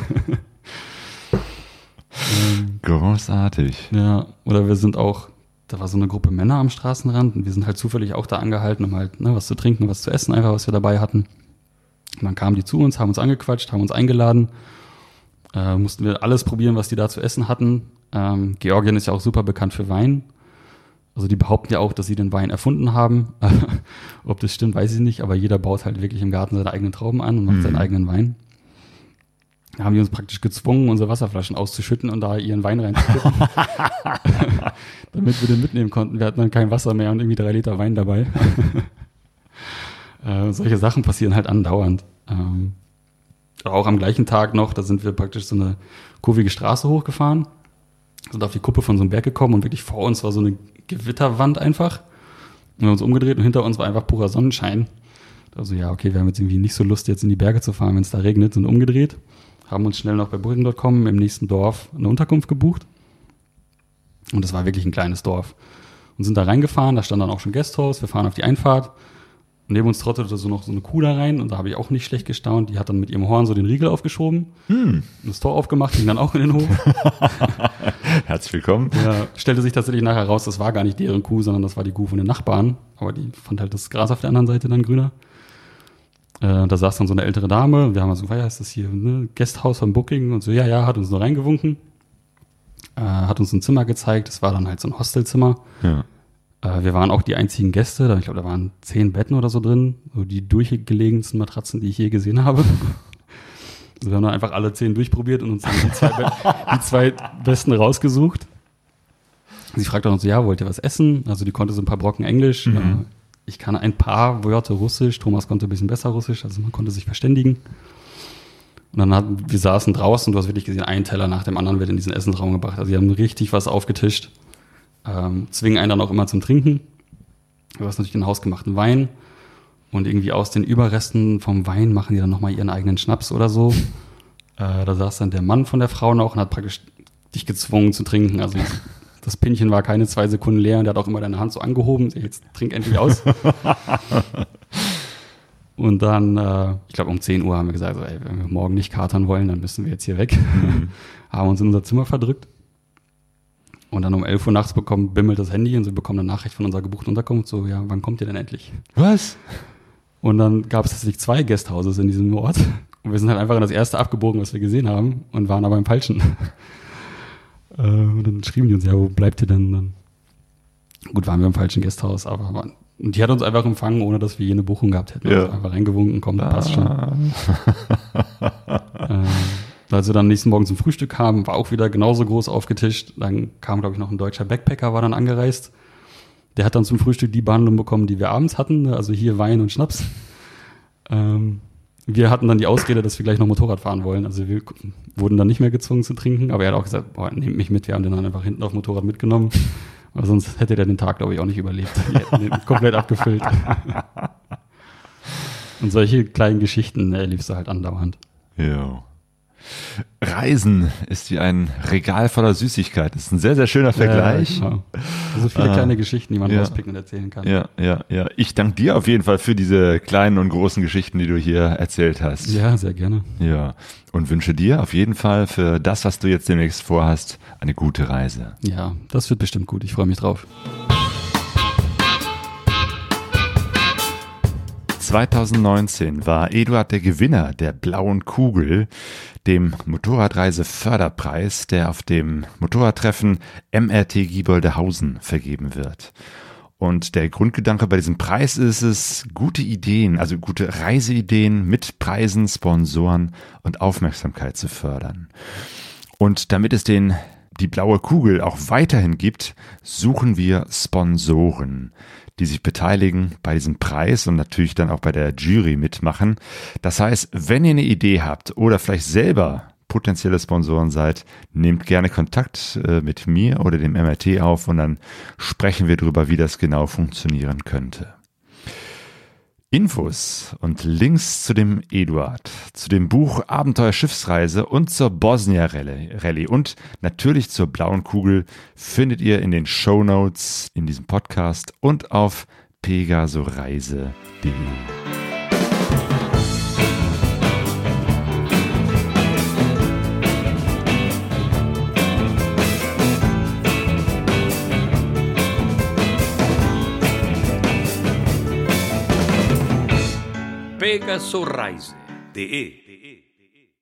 ähm, Großartig. Ja, oder wir sind auch, da war so eine Gruppe Männer am Straßenrand und wir sind halt zufällig auch da angehalten, um halt ne, was zu trinken, was zu essen, einfach was wir dabei hatten. Und dann kamen die zu uns, haben uns angequatscht, haben uns eingeladen, äh, mussten wir alles probieren, was die da zu essen hatten. Ähm, Georgien ist ja auch super bekannt für Wein. Also die behaupten ja auch, dass sie den Wein erfunden haben. Ob das stimmt, weiß ich nicht, aber jeder baut halt wirklich im Garten seine eigenen Trauben an und macht mhm. seinen eigenen Wein. Da haben die uns praktisch gezwungen, unsere Wasserflaschen auszuschütten und da ihren Wein reinzukippen. Damit wir den mitnehmen konnten. Wir hatten dann kein Wasser mehr und irgendwie drei Liter Wein dabei. äh, solche Sachen passieren halt andauernd. Ähm, auch am gleichen Tag noch, da sind wir praktisch so eine kurvige Straße hochgefahren, sind auf die Kuppe von so einem Berg gekommen und wirklich vor uns war so eine Gewitterwand einfach. Und wir haben uns umgedreht und hinter uns war einfach purer Sonnenschein. Also ja, okay, wir haben jetzt irgendwie nicht so Lust, jetzt in die Berge zu fahren, wenn es da regnet, sind umgedreht, haben uns schnell noch bei booking Punkt com im nächsten Dorf eine Unterkunft gebucht. Und das war wirklich ein kleines Dorf. Und sind da reingefahren, da stand dann auch schon Guesthouse, wir fahren auf die Einfahrt. Und neben uns trottelte so noch so eine Kuh da rein und da habe ich auch nicht schlecht gestaunt. Die hat dann mit ihrem Horn so den Riegel aufgeschoben, hm. das Tor aufgemacht, ging dann auch in den Hof. Herzlich willkommen. Ja, stellte sich tatsächlich nachher raus, das war gar nicht deren Kuh, sondern das war die Kuh von den Nachbarn. Aber die fand halt das Gras auf der anderen Seite dann grüner. Äh, da saß dann so eine ältere Dame. Wir haben also, was ist das hier, ne? Guesthouse von Booking und so, ja, ja, hat uns nur reingewunken. Äh, hat uns ein Zimmer gezeigt, das war dann halt so ein Hostelzimmer. Ja. Äh, wir waren auch die einzigen Gäste, ich glaube, da waren zehn Betten oder so drin, so die durchgelegensten Matratzen, die ich je gesehen habe. Also wir haben dann einfach alle zehn durchprobiert und uns dann die zwei, Be- die zwei besten rausgesucht. Sie fragte uns so, ja, wollt ihr was essen? Also die konnte so ein paar Brocken Englisch. Mhm. Äh, ich kann ein paar Wörter Russisch, Thomas konnte ein bisschen besser Russisch, also man konnte sich verständigen. Und dann hatten wir saßen draußen und du hast wirklich gesehen, ein Teller nach dem anderen wird in diesen Essensraum gebracht. Also sie haben richtig was aufgetischt, ähm, zwingen einen dann auch immer zum Trinken. Du hast natürlich den hausgemachten Wein und irgendwie aus den Überresten vom Wein machen die dann nochmal ihren eigenen Schnaps oder so. Äh, da saß dann der Mann von der Frau noch und hat praktisch dich gezwungen zu trinken. Also das Pinchen war keine zwei Sekunden leer und der hat auch immer deine Hand so angehoben. Jetzt trink endlich aus. Und dann, äh, ich glaube um zehn Uhr haben wir gesagt, so, ey, wenn wir morgen nicht katern wollen, dann müssen wir jetzt hier weg. Mhm. Haben uns in unser Zimmer verdrückt. Und dann um elf Uhr nachts bekommen, bimmelt das Handy und sie bekommen eine Nachricht von unserer gebuchten Unterkunft, so, ja, wann kommt ihr denn endlich? Was? Und dann gab es tatsächlich zwei Guesthouses in diesem Ort. Und wir sind halt einfach in das erste abgebogen, was wir gesehen haben und waren aber im Falschen. äh, und dann schrieben die uns, ja, wo bleibt ihr denn? Und dann, gut, waren wir im falschen Gasthaus, aber waren, und die hat uns einfach empfangen, ohne dass wir jene Buchung gehabt hätten. Ja. Also einfach reingewunken, komm, ah. passt schon. äh, als wir dann nächsten Morgen zum Frühstück kamen, war auch wieder genauso groß aufgetischt. Dann kam, glaube ich, noch ein deutscher Backpacker, war dann angereist. Der hat dann zum Frühstück die Behandlung bekommen, die wir abends hatten, also hier Wein und Schnaps. Ähm, wir hatten dann die Ausrede, dass wir gleich noch Motorrad fahren wollen. Also wir wurden dann nicht mehr gezwungen zu trinken, aber er hat auch gesagt, boah, nehmt mich mit, wir haben den dann einfach hinten auf dem Motorrad mitgenommen. Aber sonst hätte der den Tag, glaube ich, auch nicht überlebt. Die hätten den komplett abgefüllt. Und solche kleinen Geschichten erlebst du halt andauernd. Ja. Reisen ist wie ein Regal voller Süßigkeiten. Das ist ein sehr, sehr schöner Vergleich. Ja, genau. Also viele äh, kleine Geschichten, die man ja. rauspicken und erzählen kann. Ja, ja, ja. Ich danke dir auf jeden Fall für diese kleinen und großen Geschichten, die du hier erzählt hast. Ja, sehr gerne. Ja. Und wünsche dir auf jeden Fall für das, was du jetzt demnächst vorhast, eine gute Reise. Ja, das wird bestimmt gut. Ich freue mich drauf. zwanzig neunzehn war Eduard der Gewinner der Blauen Kugel, dem Motorradreise-Förderpreis, der auf dem Motorradtreffen M R T Gieboldehausen vergeben wird. Und der Grundgedanke bei diesem Preis ist es, gute Ideen, also gute Reiseideen mit Preisen, Sponsoren und Aufmerksamkeit zu fördern. Und damit es den die Blaue Kugel auch weiterhin gibt, suchen wir Sponsoren, die sich beteiligen bei diesem Preis und natürlich dann auch bei der Jury mitmachen. Das heißt, wenn ihr eine Idee habt oder vielleicht selber potenzielle Sponsoren seid, nehmt gerne Kontakt äh, mit mir oder dem M R T auf und dann sprechen wir darüber, wie das genau funktionieren könnte. Infos und Links zu dem Eduard, zu dem Buch Abenteuer Schiffsreise und zur Bosnia Rallye und natürlich zur Blauen Kugel findet ihr in den Shownotes in diesem Podcast und auf pegasoreise punkt de. pegasoreise punkt de